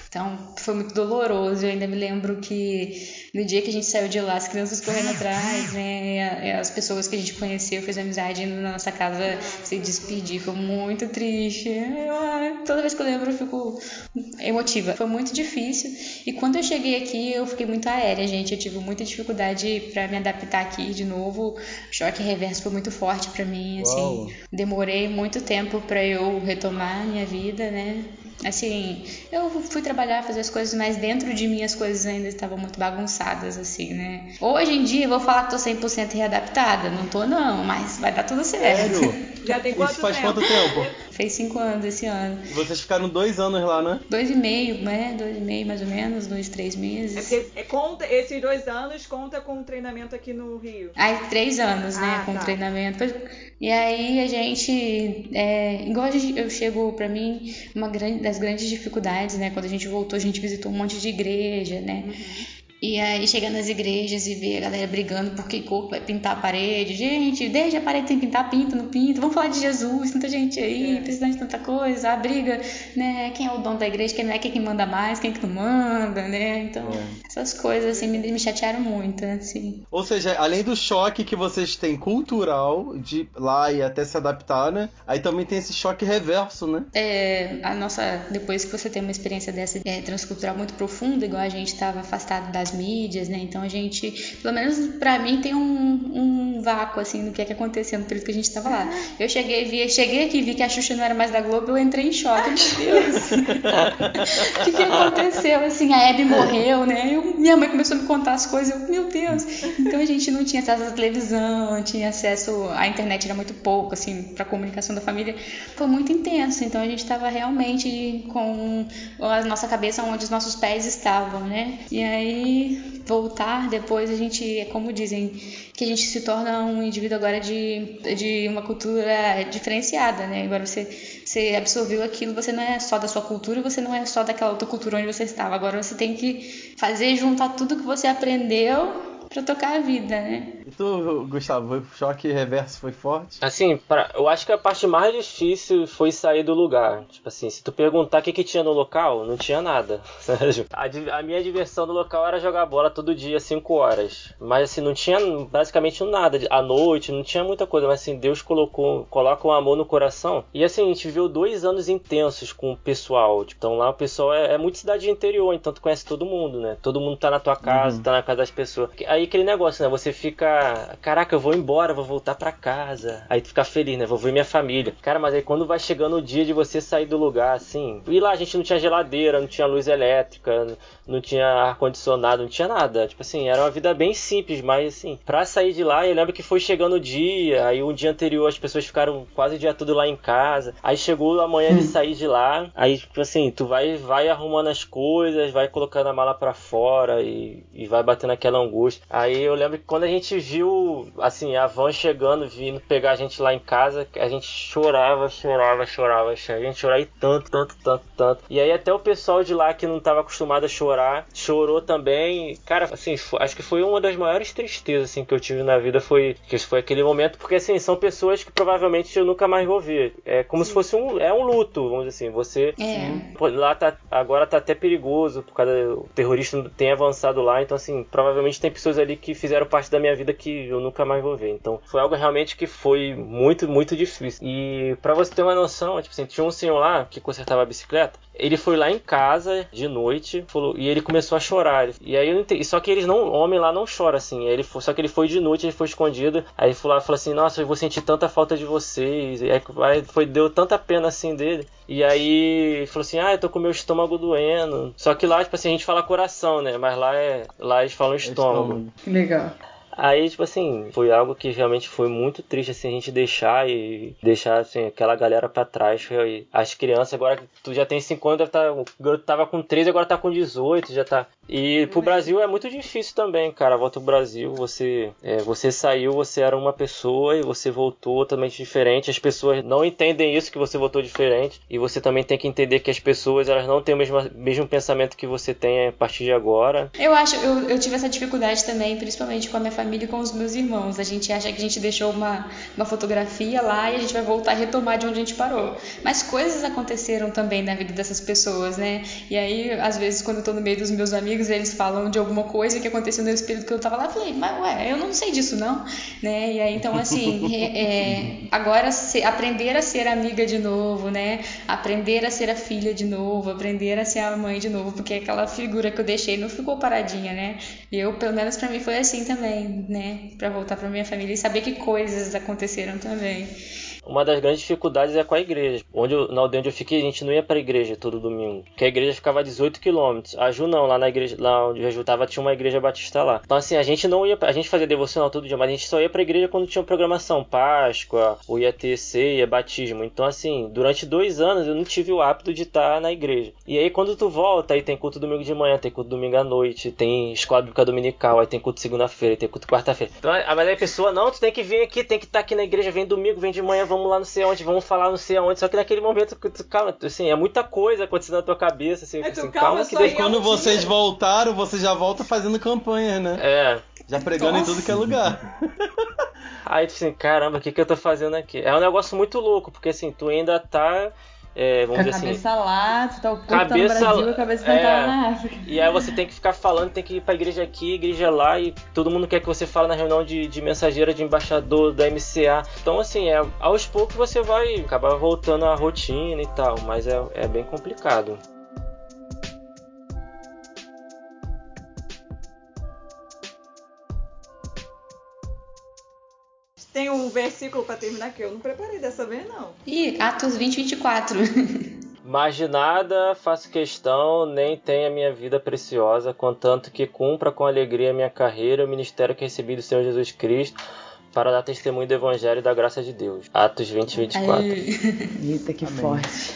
Então, foi muito doloroso. Eu ainda me lembro que no dia que a gente saiu de lá, as crianças correndo atrás, né? As pessoas que a gente conheceu, fez amizade indo na nossa casa se despedir. Foi muito triste. Eu, toda vez que eu lembro, eu fico emotiva. Foi muito difícil. E quando eu cheguei aqui, eu fiquei muito aérea, gente. Eu tive muita dificuldade para me adaptar aqui de novo. O choque reverso foi muito forte para mim, assim. Uau. Demorei muito tempo para eu retomar a minha vida, né? Assim, eu fui trabalhar, fazer as coisas, mas dentro de mim as coisas ainda estavam muito bagunçadas, assim, né? Hoje em dia eu vou falar que tô cem por cento readaptada, não tô não, mas vai dar tudo certo. Sério? Já tem quanto Isso faz tempo? quanto tempo? Fez cinco anos esse ano. E vocês ficaram dois anos lá, né? Dois e meio, né? Dois e meio mais ou menos, dois, três meses. É porque é, conta, esses dois anos conta com o treinamento aqui no Rio. Aí três anos, né, Ah, com tá. treinamento. E aí a gente, é, igual a gente, eu chego pra mim, uma grande, das grandes dificuldades, né, quando a gente voltou, a gente visitou um monte de igreja, né, Uhum. e aí chega nas igrejas e vê a galera brigando porque cor vai pintar a parede. Gente, desde a parede tem que pintar, pinta, não pinta. Vamos falar de Jesus, tanta gente aí, É. precisando de tanta coisa. A briga, né? Quem é o dono da igreja, quem não é, quem que manda mais, quem que não manda, né? Então, É. essas coisas, assim, me, me chatearam muito, assim. Ou seja, além do choque que vocês têm cultural de ir lá e até se adaptar, né? Aí também tem esse choque reverso, né? É, a nossa, depois que você tem uma experiência dessa é, transcultural muito profunda, igual a gente estava afastado das mídias, né? Então a gente, pelo menos pra mim, tem um, um vácuo assim do que é que acontecia no período que a gente estava lá. Eu cheguei, vi, cheguei aqui, vi que a Xuxa não era mais da Globo, eu entrei em choque. Meu Deus, o que, que aconteceu? Assim, a Hebe morreu, né? Eu, minha mãe começou a me contar as coisas, eu, meu Deus. Então a gente não tinha acesso à televisão, não tinha acesso, a internet era muito pouco, assim, pra comunicação da família. Foi muito intenso, então a gente estava realmente com a nossa cabeça onde os nossos pés estavam, né? E aí voltar depois a gente, como dizem, que a gente se torna um indivíduo agora de, de uma cultura diferenciada, né? Agora você, você absorveu aquilo, você não é só da sua cultura, você não é só daquela outra cultura onde você estava. Agora você tem que fazer juntar tudo que você aprendeu pra tocar a vida, né? E tu, Gustavo, o choque reverso foi forte? Assim, pra, eu acho que a parte mais difícil foi sair do lugar. Tipo assim, se tu perguntar o que, que tinha no local, não tinha nada. a, a minha diversão no local era jogar bola todo dia, cinco horas. Mas assim, não tinha basicamente nada. À noite, não tinha muita coisa. Mas assim, Deus colocou, coloca um amor no coração. E assim, a gente viveu dois anos intensos com o pessoal. Então lá o pessoal é, é muito cidade de interior, então tu conhece todo mundo, né? Todo mundo tá na tua casa, Uhum. tá na casa das pessoas. Aí aquele negócio, né? Você fica, caraca, eu vou embora, vou voltar pra casa. Aí tu fica feliz, né? Vou ver minha família. Cara, mas aí quando vai chegando o dia de você sair do lugar, assim... E lá a gente não tinha geladeira, não tinha luz elétrica, não tinha ar-condicionado, não tinha nada. Tipo assim, era uma vida bem simples, mas assim... Pra sair de lá, eu lembro que foi chegando o dia, aí um dia anterior as pessoas ficaram quase o dia todo lá em casa. Aí chegou a manhã de sair de lá, aí tipo assim, tu vai, vai arrumando as coisas, vai colocando a mala pra fora e, e vai batendo aquela angústia. Aí eu lembro que quando a gente viu, assim, a van chegando, vindo pegar a gente lá em casa, a gente chorava, chorava, chorava, chorava. A gente chorava tanto, tanto, tanto, tanto. E aí até o pessoal de lá que não estava acostumado a chorar, chorou também. Cara, assim, foi, acho que foi uma das maiores tristezas, assim, que eu tive na vida, foi que foi aquele momento, porque, assim, são pessoas que provavelmente eu nunca mais vou ver. É como Sim. se fosse um, é um luto, vamos dizer assim, você... É. Pô, lá tá, agora tá até perigoso, por causa do terrorista tem avançado lá, então, assim, provavelmente tem pessoas ali que fizeram parte da minha vida que eu nunca mais vou ver. Então foi algo realmente que foi muito, muito difícil. E pra você ter uma noção, tipo assim, tinha um senhor lá que consertava a bicicleta. Ele foi lá em casa de noite, falou, e ele começou a chorar. E aí eu entendi, só que eles não, homem lá não chora assim. Aí ele foi, só que ele foi de noite, ele foi escondido. Aí ele falou, falou assim, nossa, eu vou sentir tanta falta de vocês. E aí foi, deu tanta pena assim dele. E aí falou assim, ah, eu tô com meu estômago doendo. Só que lá, tipo assim, a gente fala coração, né? Mas lá é, lá eles falam estômago. estômago. Legal. Aí, tipo assim, foi algo que realmente foi muito triste, assim, a gente deixar e deixar, assim, aquela galera pra trás. Foi as crianças, agora que tu já tem cinco anos, deve tá, o garoto tava com treze, agora tá com dezoito, já tá... E pro Brasil é muito difícil também, cara, volta pro Brasil, você, é, você saiu, você era uma pessoa e você voltou totalmente diferente. As pessoas não entendem isso, que você voltou diferente, e você também tem que entender que as pessoas, elas não têm o mesmo, mesmo pensamento que você tem a partir de agora. Eu acho, eu, eu tive essa dificuldade também, principalmente com a minha família. família e com os meus irmãos. A gente acha que a gente deixou uma, uma fotografia lá e a gente vai voltar a retomar de onde a gente parou. Mas coisas aconteceram também na vida dessas pessoas, né? E aí, às vezes, quando eu tô no meio dos meus amigos, eles falam de alguma coisa que aconteceu no período que eu tava lá, eu falei, mas ué, eu não sei disso não, né? E aí, então, assim, é, agora se, aprender a ser amiga de novo, né? Aprender a ser a filha de novo, aprender a ser a mãe de novo, porque aquela figura que eu deixei não ficou paradinha, né? E eu, pelo menos pra mim, foi assim também, né? Pra voltar pra minha família e saber que coisas aconteceram também. Uma das grandes dificuldades é com a igreja. Onde eu, na aldeia onde eu fiquei, a gente não ia pra igreja todo domingo. Porque a igreja ficava a dezoito quilômetros. A Ju não, lá na igreja, lá onde a Ju tava, tinha uma igreja batista lá. Então assim, a gente não ia, a gente fazia devocional todo dia, mas a gente só ia pra igreja quando tinha programação, Páscoa, ou ia ter ceia, batismo. Então assim, durante dois anos eu não tive o hábito de estar na igreja. E aí quando tu volta, aí tem culto domingo de manhã, tem culto domingo à noite, tem escola bíblica dominical, aí tem culto segunda-feira, tem culto quarta-feira. Então, mas aí a pessoa, não, tu tem que vir aqui, tem que estar aqui na igreja, vem domingo, vem de manhã, vamos lá não sei onde, vamos falar não sei aonde, só que naquele momento, calma, assim, é muita coisa acontecendo na tua cabeça, assim, É, assim tu calma, calma que só Deus... ia Quando um vocês dia. voltaram, você já volta fazendo campanha, né? É, Já pregando Nossa. em tudo que é lugar. aí tu assim, caramba, o que que eu tô fazendo aqui? É um negócio muito louco, porque assim, tu ainda tá, é, Com vamos a dizer assim... cabeça lá, tu tá, o corpo Cabeça, tá no Brasil, a cabeça tá é, lá na África. E aí você tem que ficar falando, tem que ir pra igreja aqui, igreja lá, e todo mundo quer que você fale na reunião de, de mensageira, de embaixador, da M C A. Então assim, é, aos poucos você vai acabar voltando à rotina e tal, mas é, é bem complicado. Tem um versículo pra terminar que eu não preparei dessa vez, não. E Atos vinte, vinte e quatro. Mas de nada faço questão, nem tenho a minha vida preciosa, contanto que cumpra com alegria a minha carreira e o ministério que recebi do Senhor Jesus Cristo, para dar testemunho do Evangelho e da graça de Deus. Atos vinte, vinte e quatro. Eita, que Amém. forte.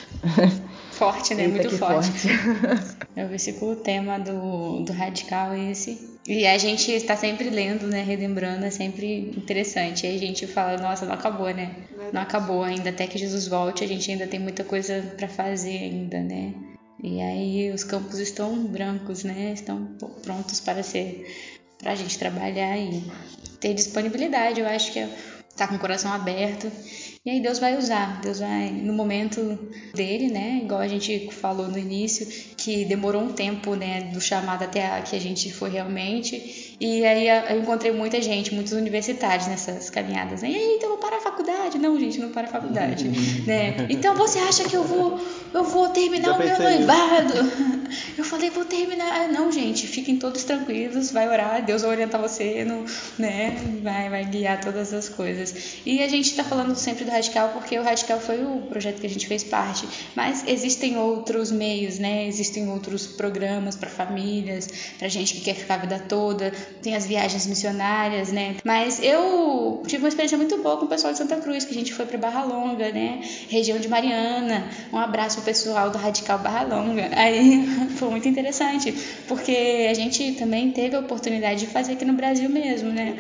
Forte, né? Eita, Muito que forte. forte. É o versículo tema do, do Radical esse. E a gente está sempre lendo, né? Relembrando, é sempre interessante. E a gente fala, nossa, não acabou, né? Não acabou ainda. Até que Jesus volte, a gente ainda tem muita coisa para fazer ainda, né? E aí os campos estão brancos, né? Estão prontos para ser, pra gente trabalhar e ter disponibilidade. Eu acho que é estar com o coração aberto. E aí Deus vai usar, Deus vai, no momento dele, né, igual a gente falou no início, que demorou um tempo, né, do chamado até a, que a gente foi realmente, e aí eu encontrei muita gente, muitos universitários nessas caminhadas, né, e aí, então eu vou parar a faculdade? Não, gente, não para a faculdade, né, então você acha que eu vou, eu vou terminar Já o meu pensei nisso. noivado? Eu falei, vou terminar, não, gente, fiquem todos tranquilos, vai orar, Deus vai orientar você, no, né, vai, vai guiar todas as coisas, e a gente tá falando sempre do Radical porque o Radical foi o projeto que a gente fez parte, mas existem outros meios, né? Existem outros programas para famílias, para gente que quer ficar a vida toda, tem as viagens missionárias, né? Mas eu tive uma experiência muito boa com o pessoal de Santa Cruz, que a gente foi para Barra Longa, né? Região de Mariana. Um abraço pro pessoal do Radical Barra Longa. Aí foi muito interessante, porque a gente também teve a oportunidade de fazer aqui no Brasil mesmo, né?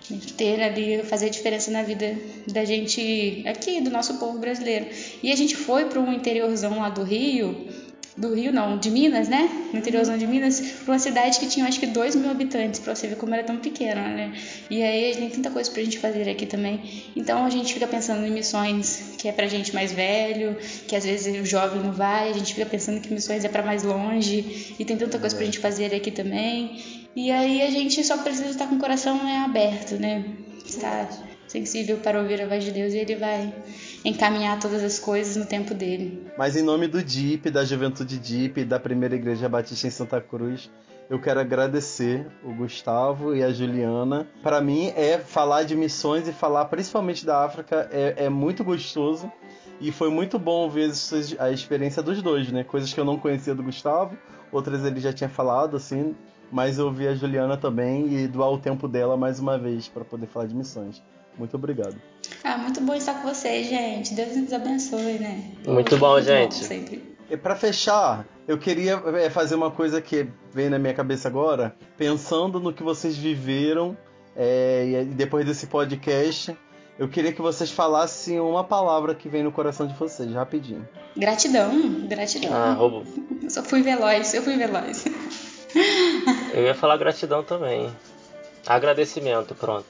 Ter ali, fazer a diferença na vida da gente aqui, do nosso povo brasileiro. E a gente foi para um interiorzão lá do Rio, do Rio não, de Minas, né? No interiorzão de Minas, para uma cidade que tinha acho que dois mil habitantes, para você ver como era tão pequena, né? E aí tem tanta coisa pra gente fazer aqui também. Então a gente fica pensando em missões que é pra gente mais velho, que às vezes o jovem não vai, a gente fica pensando que missões é para mais longe, e tem tanta coisa pra gente fazer aqui também. E aí a gente só precisa estar com o coração, né, aberto, né? Estar sensível para ouvir a voz de Deus, e Ele vai encaminhar todas as coisas no tempo dele. Mas em nome do D I P, da Juventude D I P e da Primeira Igreja Batista em Santa Cruz, eu quero agradecer o Gustavo e a Juliana. Para mim, é falar de missões e falar principalmente da África é, é muito gostoso. E foi muito bom ver a experiência dos dois, né? Coisas que eu não conhecia do Gustavo, outras ele já tinha falado, assim. Mas eu ouvi a Juliana também e doar o tempo dela mais uma vez para poder falar de missões. Muito obrigado. Ah, muito bom estar com vocês, gente. Deus nos abençoe, né? Muito bom, muito gente. Bom, sempre. E para fechar, eu queria fazer uma coisa que veio na minha cabeça agora, pensando no que vocês viveram é, e depois desse podcast, eu queria que vocês falassem uma palavra que vem no coração de vocês, rapidinho. Gratidão, gratidão. Ah, roubo. Eu só fui veloz, eu fui veloz. Eu ia falar gratidão também. Agradecimento, pronto.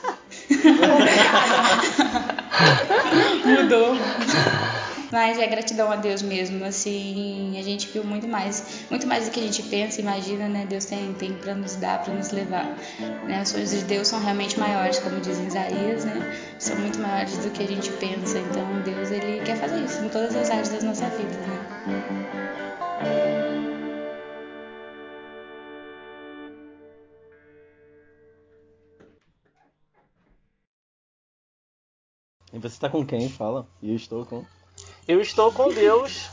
Mudou. Mas é gratidão a Deus mesmo, assim, a gente viu muito mais, muito mais do que a gente pensa, imagina, né? Deus tem, tem para nos dar, para nos levar, né? Os sonhos de Deus são realmente maiores, como diz Isaías, né? São muito maiores do que a gente pensa, então Deus, ele quer fazer isso em todas as áreas das nossas vidas, né? E você tá com quem? Fala. E eu estou com... Eu estou com Deus.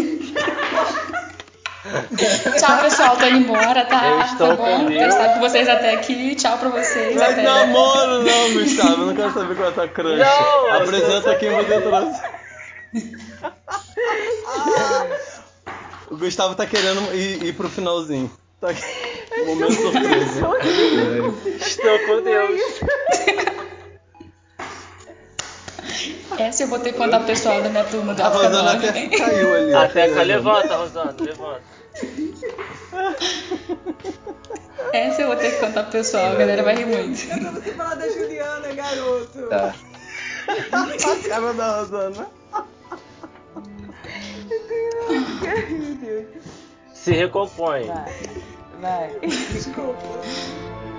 Tchau, pessoal, tô indo embora, tá? Eu estou Foi bom com Deus. estar com vocês até aqui. Tchau pra vocês. Não é até... namoro não, Gustavo. Eu não quero saber qual é a tua crush. Não, Apresenta quem você trouxe. O Gustavo tá querendo ir, ir pro finalzinho. Tá aqui. Momento surpresa. Estou com Deus. Essa eu vou ter que contar pro pessoal da minha turma do A Rosana Alfa até caiu ali. Até ó. que levanta, Rosana, levanta. Essa eu vou ter que contar pro pessoal, a galera vai rir muito. Canta você falar da Juliana, garoto. Tá. A cara da Rosana. Se recompõe. Vai, vai. Desculpa.